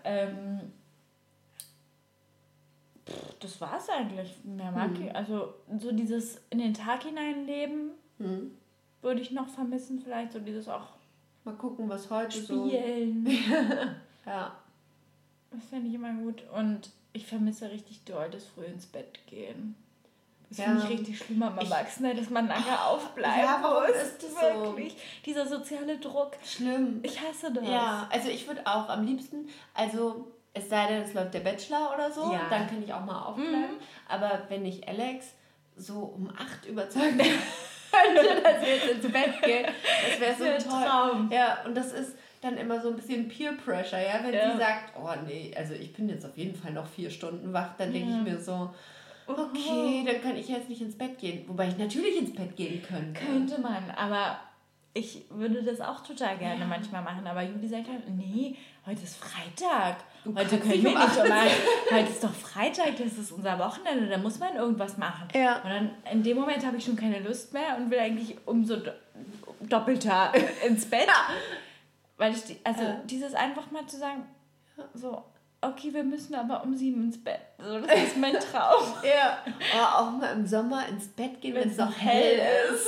Das war's eigentlich. Mehr mag ich. Also so dieses in den Tag hineinleben würde ich noch vermissen. Vielleicht so dieses auch mal gucken, was heute spielen. So. Ja. Das fände ich immer gut. Und ich vermisse richtig doll das früh ins Bett gehen. Das finde ich richtig schlimm am Erwachsenen, dass man nachher aufbleibt. Ja, warum ist das wirklich? So? Dieser soziale Druck. Schlimm. Ich hasse das. Ja, also ich würde auch am liebsten, also es sei denn, es läuft der Bachelor oder so, dann kann ich auch mal aufbleiben. Aber wenn ich Alex so um 8 überzeugen könnte, dass wir jetzt ins Bett gehen, das wäre so ein toll. Traum. Ja, und das ist dann immer so ein bisschen Peer Pressure, ja, wenn sie sagt, nee, also ich bin jetzt auf jeden Fall noch 4 Stunden wach, dann denke ich mir so, okay, dann kann ich jetzt nicht ins Bett gehen. Wobei ich natürlich ins Bett gehen könnte. Könnte man, aber ich würde das auch total gerne manchmal machen. Aber Juli sagt halt, nee, heute ist Freitag. Heute können wir nicht mal. Heute ist doch Freitag, das ist unser Wochenende, da muss man irgendwas machen. Ja. Und dann in dem Moment habe ich schon keine Lust mehr und will eigentlich umso doppelter ins Bett. Weil ich, dieses einfach mal zu sagen, so, okay, wir müssen aber um 7 ins Bett. So, das ist mein Traum. Ja. Auch mal im Sommer ins Bett gehen, wenn es noch hell ist.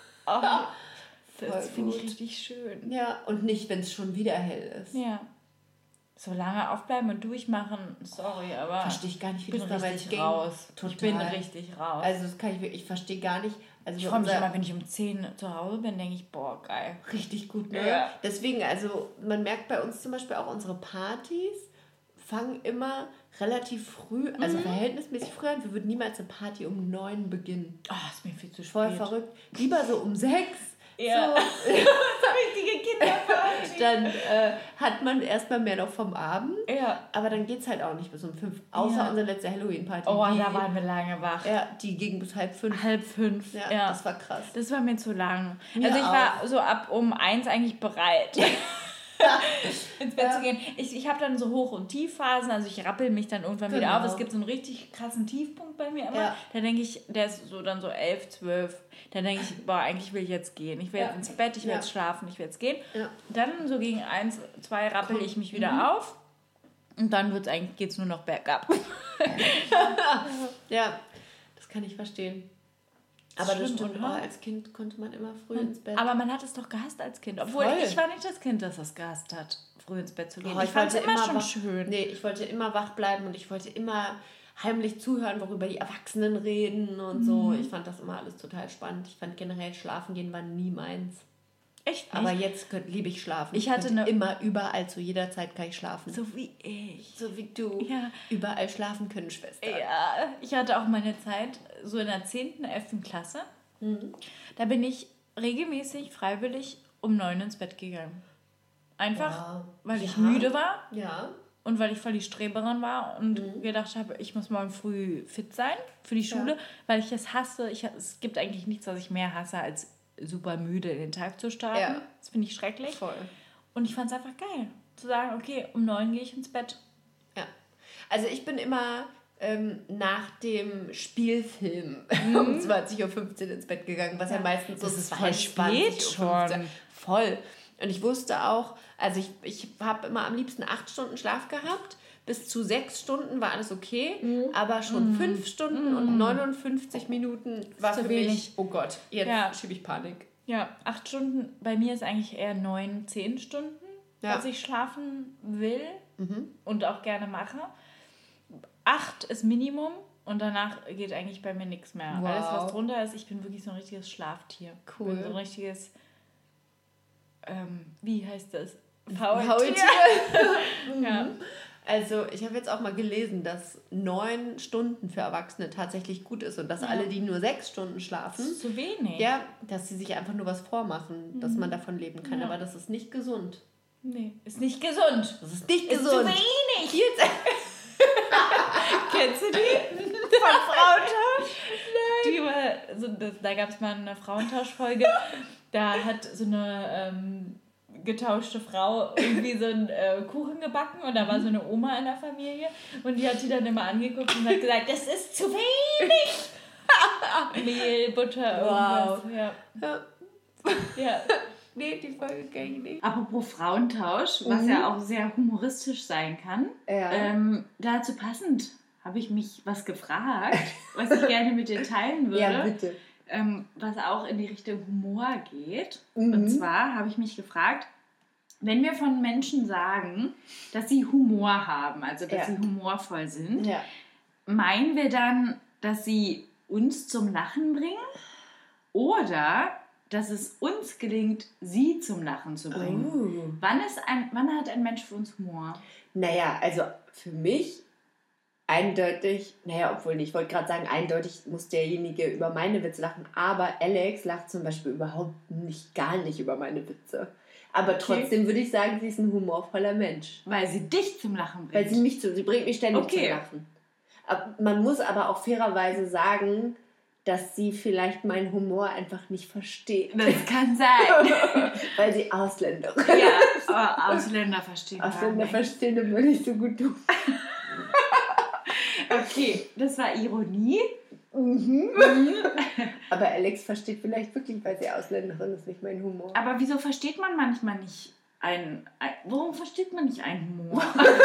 Das finde ich richtig schön. Ja, und nicht, wenn es schon wieder hell ist. Ja. So lange aufbleiben und durchmachen, sorry, aber verstehe ich gar nicht, wie das dabei raus. Total. Ich bin richtig raus. Also das kann ich verstehe gar nicht. Also ich freue mich immer, wenn ich um 10 zu Hause bin, denke ich, boah, geil. Richtig gut, ne? Ja. Deswegen, also man merkt bei uns zum Beispiel auch, unsere Partys fangen immer relativ früh, also verhältnismäßig früh an. Wir würden niemals eine Party um 9 beginnen. Ist mir viel zu spät. Voll verrückt. Lieber so um 6. Ja. So. Richtige Kinderparty. Dann hat man erstmal mehr noch vom Abend. Ja. Aber dann geht es halt auch nicht bis um 5. Außer unsere letzte Halloween-Party. Oh, da waren wir lange wach. Ja, die ging bis 4:30. 4:30. Ja, das war krass. Das war mir zu lang. Mir Also ich auch. war so ab um 1 eigentlich bereit. ins Bett zu gehen. Ich habe dann so Hoch- und Tiefphasen, also ich rappel mich dann irgendwann wieder auf. Es gibt so einen richtig krassen Tiefpunkt bei mir immer. Ja. Da denke ich, der ist so dann so 11, 12. Da denke ich, boah, eigentlich will ich jetzt gehen. Ich will jetzt ins Bett, ich will jetzt schlafen, ich will jetzt gehen. Ja. Dann so gegen 1, 2 rappel ich mich wieder auf. Und dann geht es nur noch bergab. Ja, das kann ich verstehen. Aber das Schlimm, stimmt, oder? als Kind konnte man immer früh ins Bett. Aber man hat es doch gehasst als Kind. Obwohl Voll. ich war nicht das Kind, das es gehasst hat, früh ins Bett zu gehen. Oh, ich fand es immer schon wach, schön. Nee, ich wollte immer wach bleiben und ich wollte immer heimlich zuhören, worüber die Erwachsenen reden und so. Ich fand das immer alles total spannend. Ich fand generell schlafen gehen war nie meins. Echt nicht? Aber jetzt liebe ich schlafen. Ich hatte könnte eine- immer, überall, zu jeder Zeit kann ich schlafen. So wie ich. So wie du. Ja. Überall schlafen können, Schwester. Ja, ich hatte auch meine Zeit so in der 10., 11. Klasse. Da bin ich regelmäßig, freiwillig um 9 ins Bett gegangen. Einfach, Wow. weil ich Ja. müde war Ja. und weil ich voll die Streberin war und gedacht habe, ich muss morgen früh fit sein für die Schule, weil ich es hasse. Es gibt eigentlich nichts, was ich mehr hasse, als super müde in den Tag zu starten. Ja. Das finde ich schrecklich. Voll. Und ich fand es einfach geil, zu sagen, okay, um 9 gehe ich ins Bett. Ja. Also ich bin immer nach dem Spielfilm um 20:15 Uhr ins Bett gegangen, was ja meistens so Das ist voll 22:15 spät Uhr. schon. Voll. Und ich wusste auch, also ich habe immer am liebsten 8 Stunden Schlaf gehabt. Bis zu 6 Stunden war alles okay, aber schon 5 Stunden und 59 Minuten war zu für wenig. mich, oh Gott, jetzt Ja. schiebe ich Panik. Ja, 8 Stunden, bei mir ist eigentlich eher 9, 10 Stunden, Ja. was ich schlafen will und auch gerne mache. 8 ist Minimum und danach geht eigentlich bei mir nichts mehr. Wow. Alles, was drunter ist, ich bin wirklich so ein richtiges Schlaftier. Cool. Ich bin so ein richtiges, wie heißt das? Faultier. Ja. Also ich habe jetzt auch mal gelesen, dass 9 Stunden für Erwachsene tatsächlich gut ist und dass alle, die nur 6 Stunden Das schlafen, ist zu wenig. ja, dass sie sich einfach nur was vormachen, dass man davon leben kann. Ja. Aber das ist nicht gesund. Nee, ist nicht gesund. Das ist nicht Ist gesund. zu wenig. Viel zu- Kennst du die? Von Frauentausch? Nein. Die war, da gab es mal eine Frauentauschfolge. Da hat so eine getauschte Frau irgendwie so einen Kuchen gebacken und da war so eine Oma in der Familie und die hat sie dann immer angeguckt und hat gesagt, das ist zu wenig. Mehl, Butter, irgendwas. Wow. Ja. Ja. Nee, die Folge kenne ich nicht. Apropos Frauentausch, was ja auch sehr humoristisch sein kann. Ja. Dazu passend habe ich mich was gefragt, was ich gerne mit dir teilen würde. Ja, bitte. Was auch in die Richtung Humor geht. Und zwar habe ich mich gefragt, wenn wir von Menschen sagen, dass sie Humor haben, also dass sie humorvoll sind, Ja. meinen wir dann, dass sie uns zum Lachen bringen oder dass es uns gelingt, sie zum Lachen zu bringen? Wann hat ein Mensch für uns Humor? Naja, also für mich eindeutig, obwohl nicht, ich wollte gerade sagen, eindeutig muss derjenige über meine Witze lachen, aber Alex lacht zum Beispiel gar nicht über meine Witze. Aber trotzdem würde ich sagen, sie ist ein humorvoller Mensch. Weil sie dich zum Lachen bringt. Weil sie bringt mich ständig zum Lachen. Man muss aber auch fairerweise sagen, dass sie vielleicht meinen Humor einfach nicht versteht. Das kann sein. Weil sie Ausländerin ist. Ja, aber Ausländer verstehen Ausländer gar nicht. verstehen immer nicht so gut du. Okay, das war Ironie. Aber Alex versteht vielleicht wirklich, weil sie Ausländerin ist, nicht mein Humor. Aber wieso versteht man manchmal nicht warum versteht man nicht einen Humor?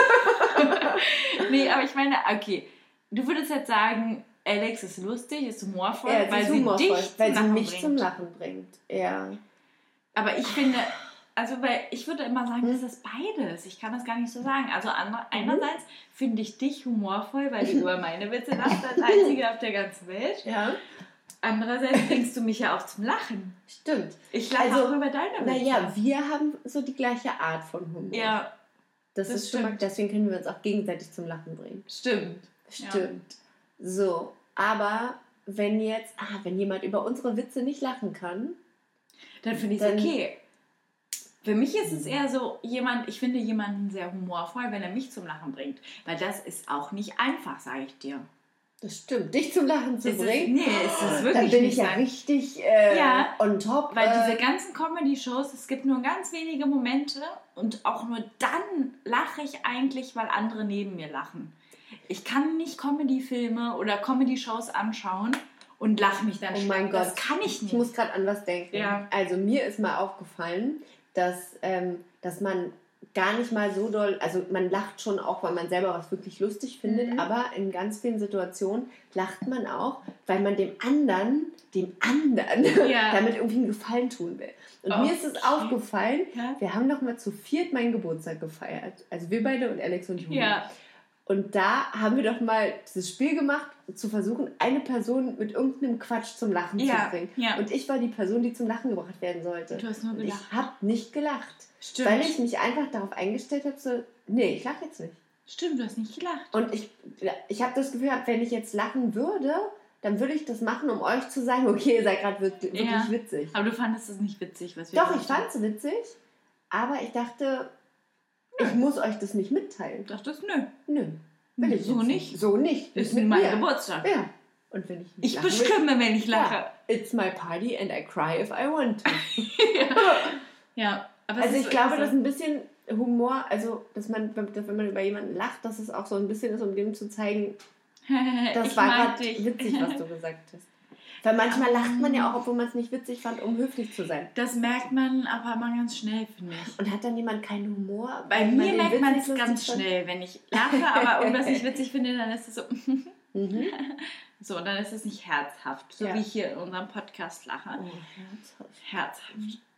Nee, aber ich meine, okay, du würdest jetzt sagen, Alex ist lustig, ist humorvoll, Ja, weil sie dich weil zum sie Lachen mich bringt. zum Lachen bringt. Ja. Aber ich finde, weil ich würde immer sagen, das ist beides. Ich kann das gar nicht so sagen. Also einerseits finde ich dich humorvoll, weil du über meine Witze lachst als Einzige auf der ganzen Welt. Ja. Andererseits bringst du mich ja auch zum Lachen. Stimmt. Ich lache auch über deine Witze. Naja, wir haben so die gleiche Art von Humor. Ja, das ist schon mal, stimmt. deswegen können wir uns auch gegenseitig zum Lachen bringen. stimmt. Stimmt. So, aber wenn jemand über unsere Witze nicht lachen kann, Dann finde ich es okay. Für mich ist es eher so, ich finde jemanden sehr humorvoll, wenn er mich zum Lachen bringt. Weil das ist auch nicht einfach, sage ich dir. Das stimmt. Dich zum Lachen zu bringen? Es ist wirklich dann bin nicht ich ja sein. Richtig on top. Weil diese ganzen Comedy-Shows, es gibt nur ganz wenige Momente und auch nur dann lache ich eigentlich, weil andere neben mir lachen. Ich kann nicht Comedy-Filme oder Comedy-Shows anschauen und lache mich dann Oh mein Gott. Das kann ich nicht. Ich muss gerade an was denken. Ja. Also mir ist mal aufgefallen, dass man gar nicht mal so doll, also man lacht schon auch, weil man selber was wirklich lustig findet, aber in ganz vielen Situationen lacht man auch, weil man dem anderen damit irgendwie einen Gefallen tun will. Und mir ist es aufgefallen, wir haben noch mal zu viert meinen Geburtstag gefeiert. Also wir beide und Alex und Juli. Ja. Und da haben wir doch mal dieses Spiel gemacht, zu versuchen, eine Person mit irgendeinem Quatsch zum Lachen zu bringen. Ja. Und ich war die Person, die zum Lachen gebracht werden sollte. Du hast nur und gelacht. ich habe nicht gelacht. Stimmt. Weil ich mich einfach darauf eingestellt habe, so, nee, ich lache jetzt nicht. Stimmt, du hast nicht gelacht. Und ich habe das Gefühl gehabt, wenn ich jetzt lachen würde, dann würde ich das machen, um euch zu sagen, okay, ihr seid gerade wirklich witzig. Aber du fandest es nicht witzig, was wir Doch, ich fand es witzig, aber ich dachte, ich muss euch das nicht mitteilen. Du dachtest, Nö. Will ich So jetzt nicht? So nicht. Das ist mein Geburtstag. Ja. Und wenn ich nicht Ich bestimme, wenn ich lache. Ja. It's my party and I cry if I want to. Ja. Aber Also ich glaube, dass ein bisschen Humor, also dass man, wenn man über jemanden lacht, dass es auch so ein bisschen ist, um dem zu zeigen, das war gerade witzig, was du gesagt hast. Weil manchmal lacht man ja auch, obwohl man es nicht witzig fand, um höflich zu sein. Das merkt man aber mal ganz schnell, finde ich. Und hat dann jemand keinen Humor? Bei mir merkt man es ganz schnell, wenn ich lache, aber irgendwas nicht witzig finde, dann ist es so... So, und dann ist es nicht herzhaft, so wie ich hier in unserem Podcast lache. Oh, herzhaft.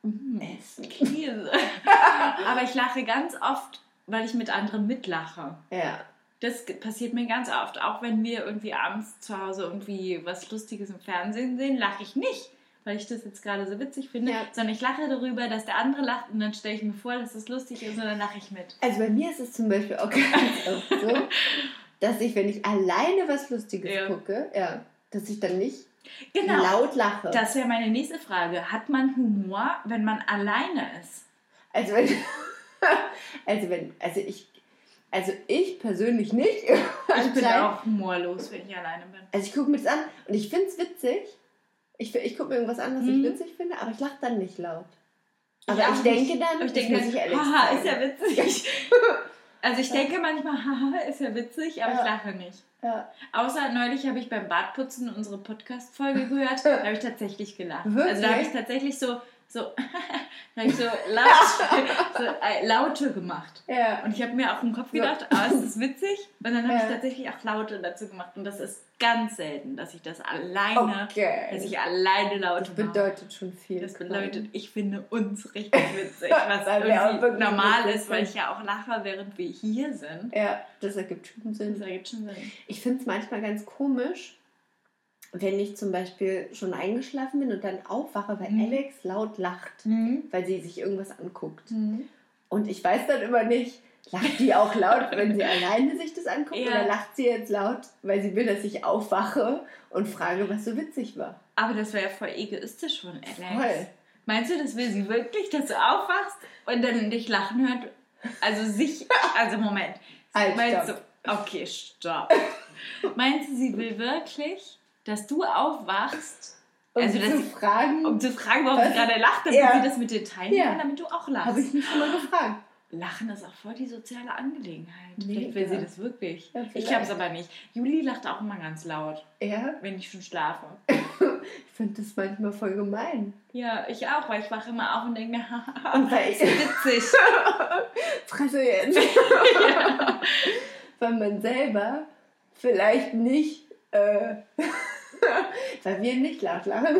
Käse. Aber ich lache ganz oft, weil ich mit anderen mitlache. Ja. Das passiert mir ganz oft. Auch wenn wir irgendwie abends zu Hause irgendwie was Lustiges im Fernsehen sehen, lache ich nicht, weil ich das jetzt gerade so witzig finde, sondern ich lache darüber, dass der andere lacht und dann stelle ich mir vor, dass das lustig ist und dann lache ich mit. Also bei mir ist es zum Beispiel auch ganz oft so, dass ich, wenn ich alleine was Lustiges gucke, dass ich dann nicht laut lache. Das wäre meine nächste Frage. Hat man Humor, wenn man alleine ist? Also ich persönlich nicht. Ich bin auch humorlos, wenn ich alleine bin. Also ich gucke mir das an und ich finde es witzig. Ich gucke mir irgendwas an, was ich witzig finde, aber ich lache dann nicht laut. Aber ich denke dann, muss ich ehrlich haha, ist ja witzig. Also ich denke manchmal, haha, ist ja witzig, aber ich lache nicht. Ja. Außer neulich habe ich beim Badputzen unsere Podcast-Folge gehört, da habe ich tatsächlich gelacht. Wirklich? Also da habe ich tatsächlich so Laute gemacht. Ja. Und ich habe mir auch im Kopf gedacht, es ist witzig. Und dann habe ich tatsächlich auch Laute dazu gemacht. Und das ist ganz selten, dass ich das alleine, dass ich alleine Laute mache. Das bedeutet schon viel. Das bedeutet, ich finde uns richtig witzig, was irgendwie normal ist, weil ich ja auch lache, während wir hier sind. Ja, das ergibt schon Sinn. Ich finde es manchmal ganz komisch, wenn ich zum Beispiel schon eingeschlafen bin und dann aufwache, weil Alex laut lacht, weil sie sich irgendwas anguckt. Und ich weiß dann immer nicht, lacht die auch laut, wenn sie alleine sich das anguckt, oder lacht sie jetzt laut, weil sie will, dass ich aufwache und frage, was so witzig war. Aber das wäre ja voll egoistisch von Alex. Voll. Meinst du, das will sie wirklich, dass du aufwachst und dann dich lachen hört? Also Moment. Halt, stopp. Okay, stopp. Meinst du, sie will wirklich, dass du aufwachst, um zu fragen, warum sie gerade lacht, damit sie das mit dir teilen kann, damit du auch lachst? Habe ich mich schon mal gefragt. Lachen ist auch voll die soziale Angelegenheit. Vielleicht will sie das wirklich. Ja, ich habe es aber nicht. Juli lacht auch immer ganz laut, wenn ich schon schlafe. Ich finde das manchmal voll gemein. Ja, ich auch, weil ich wache immer auf und denke mir, haha, und weil ist witzig. Fresse jetzt. Ja. Weil man selber vielleicht nicht, weil wir nicht laut lachen.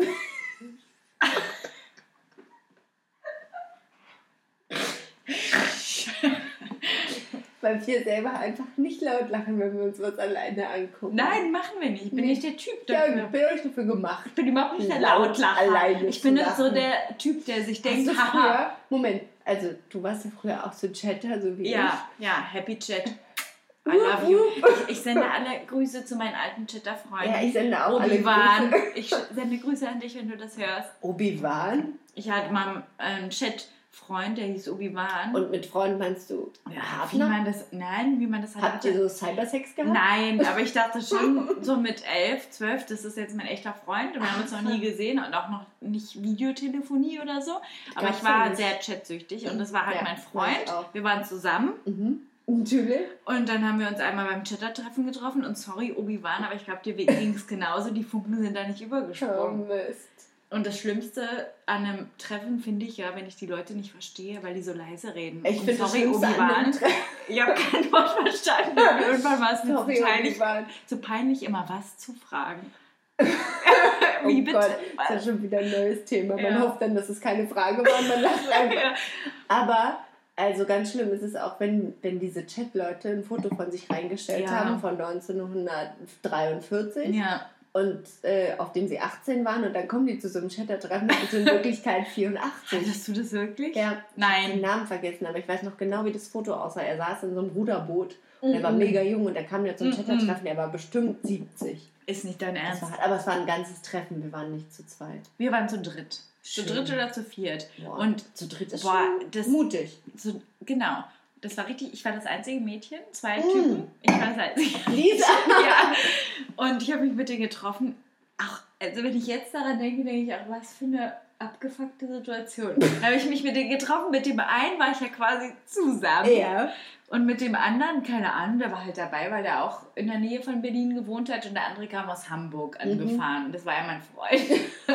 Weil wir selber einfach nicht laut lachen, wenn wir uns was alleine angucken. Nein, machen wir nicht. Ich bin nicht der Typ dafür. Ja, ich bin auch nicht dafür gemacht. Ich bin überhaupt nicht der Lautlacher. Ich bin so der Typ, der sich denkt, haha. Moment, also du warst ja früher auch so Chatter, so wie ich. Ja, Happy Chat. I love you. Ich sende alle Grüße zu meinen alten Twitter-Freunden. Ja, ich sende auch alle Obi-Wan. Grüße. Ich sende Grüße an dich, wenn du das hörst. Obi-Wan? Ich hatte mal einen Chat-Freund, der hieß Obi-Wan. Und mit Freund meinst du wie man das hat. Habt ihr so Cybersex gehabt? Nein, aber ich dachte schon so mit 11, 12, das ist jetzt mein echter Freund und wir haben uns noch nie gesehen und auch noch nicht Videotelefonie oder so. Aber ich war sehr chatsüchtig und das war halt mein Freund. Wir waren zusammen. Natürlich. Und dann haben wir uns einmal beim Chatter-Treffen getroffen und sorry, Obi-Wan, aber ich glaube, dir ging es genauso. Die Funken sind da nicht übergesprungen. Oh Mist. Und das Schlimmste an einem Treffen finde ich ja, wenn ich die Leute nicht verstehe, weil die so leise reden. Ich finde das sorry, Schlimmste an Obi-Wan. einem Treffen. Ich habe kein Wort verstanden. Und irgendwann war es mir zu peinlich, immer was zu fragen. Wie bitte? Gott, das ist ja schon wieder ein neues Thema. Man Ja. hofft dann, dass es keine Frage war und man lacht einfach. Aber, also ganz schlimm ist es auch, wenn diese Chat-Leute ein Foto von sich reingestellt haben von 1943 und auf dem sie 18 waren und dann kommen die zu so einem Chatter-Treffen und sind in Wirklichkeit 84. Hattest du das wirklich? Ja, Nein. ich habe den Namen vergessen, aber ich weiß noch genau, wie das Foto aussah. Er saß in so einem Ruderboot und er war mega jung und er kam ja zum Chatter-Treffen, er war bestimmt 70. Ist nicht dein Ernst. Aber es war ein ganzes Treffen, wir waren nicht zu zweit. Wir waren zu dritt. Schön. Zu dritt oder zu viert. Boah, und zu dritt ist das, mutig. Genau. Das war richtig, ich war das einzige Mädchen, 2 Typen. Ich war das einzige Lisa! Ja. Und ich habe mich mit denen getroffen. Ach, also wenn ich jetzt daran denke ich auch, was für eine abgefuckte Situation. Da habe ich mich mit denen getroffen. Mit dem einen war ich ja quasi zusammen. Ja. Und mit dem anderen, keine Ahnung, der war halt dabei, weil der auch in der Nähe von Berlin gewohnt hat. Und der andere kam aus Hamburg angefahren. Und das war ja mein Freund.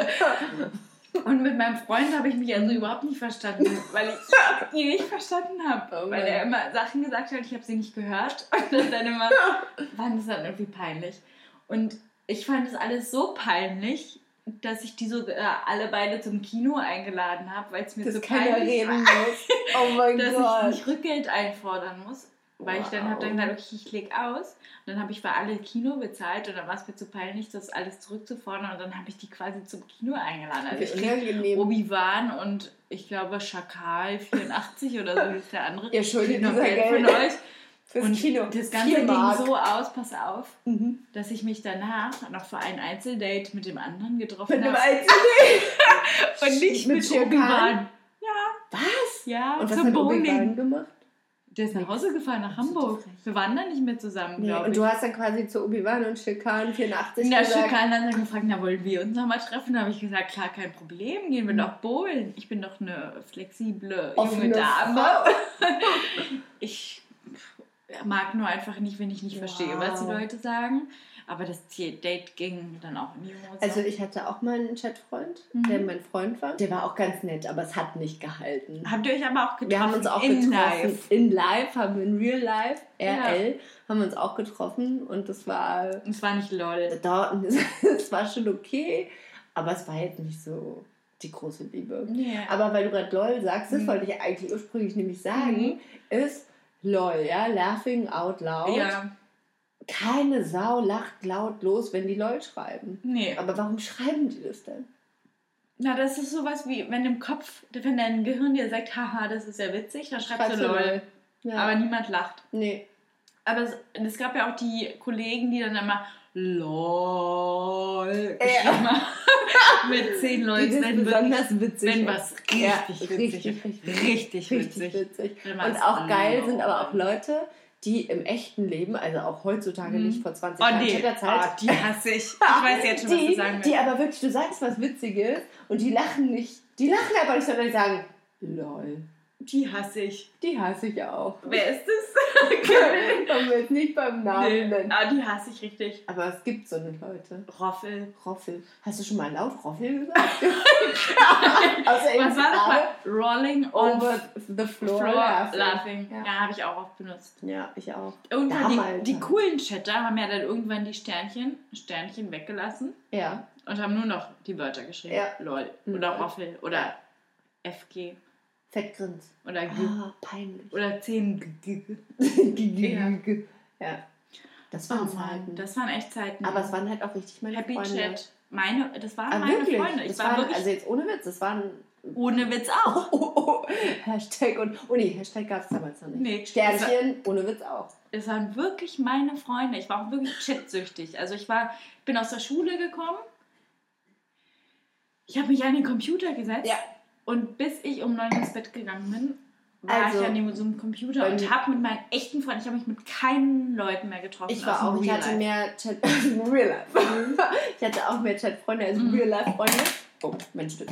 Und mit meinem Freund habe ich mich also überhaupt nicht verstanden, weil ich ihn nicht verstanden habe. Weil er immer Sachen gesagt hat, ich habe sie nicht gehört. Und das dann immer, fand es dann irgendwie peinlich. Und ich fand es alles so peinlich, dass ich die so alle beide zum Kino eingeladen habe, weil es mir so peinlich war, Oh mein dass Gott. ich nicht Rückgeld einfordern muss. Weil ich dann habe dann gesagt, okay, ich leg aus. Und dann habe ich für alle Kino bezahlt und dann war es mir zu peinlich, das alles zurückzufordern. Und dann habe ich die quasi zum Kino eingeladen. Also ich krieg Obi-Wan und ich glaube Schakal 84 oder so ist der andere. Ihr schuldet noch dieser Geld von Geld. euch. Fürs Und Kino. das Ganze 4 Mark. ging so aus, pass auf, dass ich mich danach noch für ein Einzeldate mit dem anderen getroffen Mit einem habe. Einzeldate. Und nicht mit Schirkan? Obi-Wan. Ja. Was? Ja, Und was zum hat Bowling. Obi-Wan gemacht? Der ist nach Hause gefahren, nach Hamburg. Wir waren da nicht mehr zusammen, Nee. glaube Und ich. du hast dann quasi zu Obi-Wan und Schirkan 84 Ja, gesagt. Schirkan hat dann gefragt, na, wollen wir uns nochmal treffen? Da habe ich gesagt, klar, kein Problem, gehen wir doch bowlen. Ich bin doch eine flexible junge Offene Dame. Frau. Ich mag nur einfach nicht, wenn ich nicht verstehe, was die Leute sagen. Aber das Date ging dann auch in die Hose. Also ich hatte auch mal einen Chatfreund, der mein Freund war. Der war auch ganz nett, aber es hat nicht gehalten. Habt ihr euch aber auch getroffen? Wir haben uns auch in getroffen. Live. In Live, haben wir in Real Life, RL, haben wir uns auch getroffen und das war... Es war nicht lol. Es war schon okay, aber es war jetzt nicht so die große Liebe. Yeah. Aber weil du gerade LOL sagst, das wollte ich eigentlich ursprünglich nämlich sagen, ist LOL, ja, laughing out loud. Ja. Keine Sau lacht laut los, wenn die LOL schreiben. Nee. Aber warum schreiben die das denn? Na, das ist sowas wie, wenn im Kopf, wenn dein Gehirn dir sagt, haha, das ist ja witzig, dann schreibst du LOL. Ja. Aber niemand lacht. Nee. Aber es gab ja auch die Kollegen, die dann immer LOL geschrieben haben. Mit 10 Leuten. Die das besonders witzig wenn ist. was richtig witzig ist. Richtig witzig. Wenn Und was auch geil sind LOL. aber auch Leute, die im echten Leben, also auch heutzutage nicht vor 20 Oh Jahren nee, Chatterzeit, die hasse ich. Ich weiß jetzt schon, was du sagen willst. die aber wirklich, du sagst was Witziges und die lachen einfach nicht, sondern die sagen, lol. Die hasse ich. Die hasse ich auch. Wer ist das? Kommen wir jetzt nicht beim Namen nennen. Ah, die hasse ich richtig. Aber es gibt so eine Leute. Roffel. Roffel. Hast du schon mal laut Roffel gesagt? Was war das mal? Rolling Over the floor laughing. Ja, Ja, habe ich auch oft benutzt. ja ich auch. Irgendwann Damals. die coolen Chatter haben ja dann irgendwann die Sternchen weggelassen Ja. und haben nur noch die Wörter geschrieben. Ja. LOL. Oder Roffel. Oder FG. Fettgrins. Oder G. Peinlich. Oder 10 Ja. Das waren Oh Mann, Zeiten. das waren echt Zeiten. Aber es waren halt auch richtig meine Happy Freunde. Chat. Das waren Ah, meine wirklich? Freunde. Ich Das war waren, wirklich. also jetzt ohne Witz, das waren Ohne Witz auch. Hashtag nee, Hashtag gab es damals noch nicht. Nee, Sternchen, ohne Witz auch. Es waren wirklich meine Freunde. Ich war auch wirklich chatsüchtig. Also bin aus der Schule gekommen. Ich habe mich an den Computer gesetzt. Ja. Und bis ich um 9 ins Bett gegangen bin, war ich an so einem Computer und habe mit meinen echten Freunden, ich habe mich mit keinen Leuten mehr getroffen. Ich war auch, ich hatte mehr Chat, Real Life. Ich hatte auch mehr Chatfreunde als Real Life Freunde. Oh, mein Stift.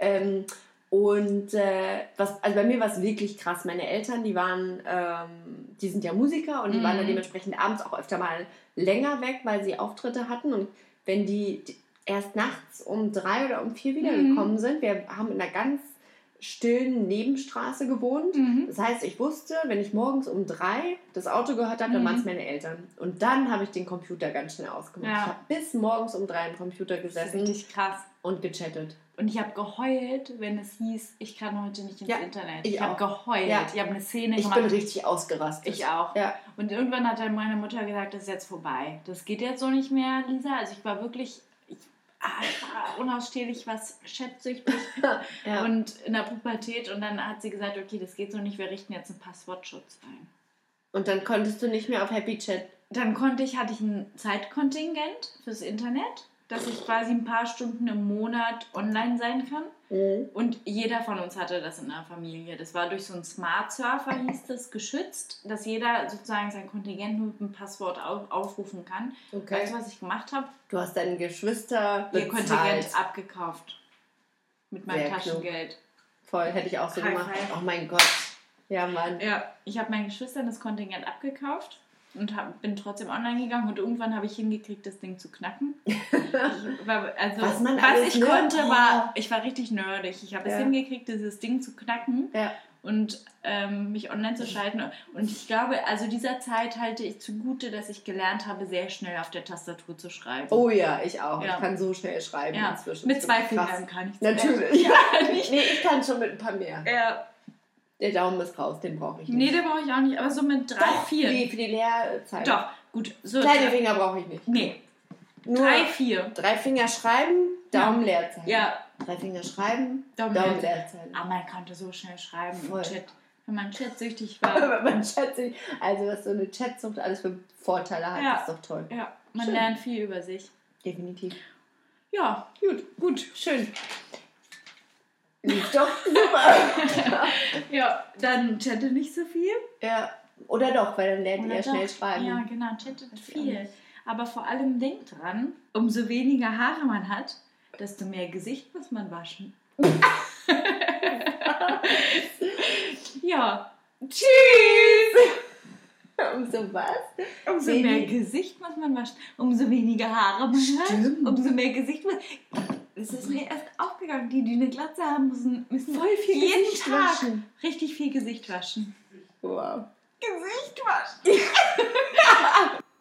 Also bei mir war es wirklich krass. Meine Eltern, die sind ja Musiker und die waren dann dementsprechend abends auch öfter mal länger weg, weil sie Auftritte hatten. Und wenn die erst nachts um 3 oder um 4 wiedergekommen sind, wir haben in einer ganz stillen Nebenstraße gewohnt. Das heißt, ich wusste, wenn ich morgens um 3 das Auto gehört habe, dann waren es meine Eltern. Und dann habe ich den Computer ganz schnell ausgemacht. Ja. Ich habe bis morgens um 3 am Computer gesessen. Das ist richtig krass. Und gechattet. Und ich habe geheult, wenn es hieß, ich kann heute nicht ins Internet. Ich habe geheult. Ja. Ich habe eine Szene gemacht. Ich bin richtig ausgerastet. Ich auch. Ja. Und irgendwann hat dann meine Mutter gesagt, das ist jetzt vorbei. Das geht jetzt so nicht mehr, Lisa. Also ich war wirklich... Ich war unausstehlich was chatsüchtig und in der Pubertät und dann hat sie gesagt, okay, das geht so nicht, wir richten jetzt einen Passwortschutz ein. Und dann konntest du nicht mehr auf Happy Chat? Dann hatte ich ein Zeitkontingent fürs Internet, dass ich quasi ein paar Stunden im Monat online sein kann. Und jeder von uns hatte das in der Familie. Das war durch so einen Smart Surfer, hieß das, geschützt, dass jeder sozusagen sein Kontingent nur mit einem Passwort aufrufen kann. Okay. Weißt du, was ich gemacht habe? Du hast deinen Geschwister ihr Kontingent abgekauft. Mit meinem Taschengeld. Voll, hätte ich auch so gemacht. Oh mein Gott. Ja, Mann. Ja, ich habe meinen Geschwistern das Kontingent abgekauft und bin trotzdem online gegangen und irgendwann habe ich hingekriegt, das Ding zu knacken. Ich war richtig nerdig. Ich habe es hingekriegt, dieses Ding zu knacken und mich online zu schalten. Und ich glaube, also dieser Zeit halte ich zugute, dass ich gelernt habe, sehr schnell auf der Tastatur zu schreiben. Oh ja, ich auch. Ja. Ich kann so schnell schreiben inzwischen. Mit 2 Fingern kann ich es. Natürlich. Ich kann schon mit ein paar mehr. Ja. Der Daumen ist raus, den brauche ich nicht. Nee, den brauche ich auch nicht, aber so mit 3, 4. Für die Lehrzeit. Doch, gut. So kleine Finger brauche ich nicht. Nee. Nur 3, 4. 3 Finger schreiben, Daumen Leerzeichen. Ja. 3 Finger schreiben, Daumen Leerzeichen. Aber man konnte so schnell schreiben Voll. im Chat. Wenn man chatsüchtig war. Also was so eine Chatsucht alles für Vorteile hat, ist doch toll. Ja, man lernt viel über sich. Definitiv. Ja, gut. Schön. Lief doch super. Ja, dann chatte nicht so viel. Ja, oder doch, weil dann lernt ihr schnell schreiben. Ja, genau, chattet viel. Aber vor allem denkt dran, umso weniger Haare man hat, desto mehr Gesicht muss man waschen. Ja. Tschüss! Umso was? Umso mehr Gesicht muss man waschen. Umso weniger Haare man hat, umso mehr Gesicht muss man... Es ist mir erst aufgegangen, die eine Glatze haben, müssen voll viel jeden Gesicht Tag waschen. Richtig viel Gesicht waschen. Wow. Gesicht waschen!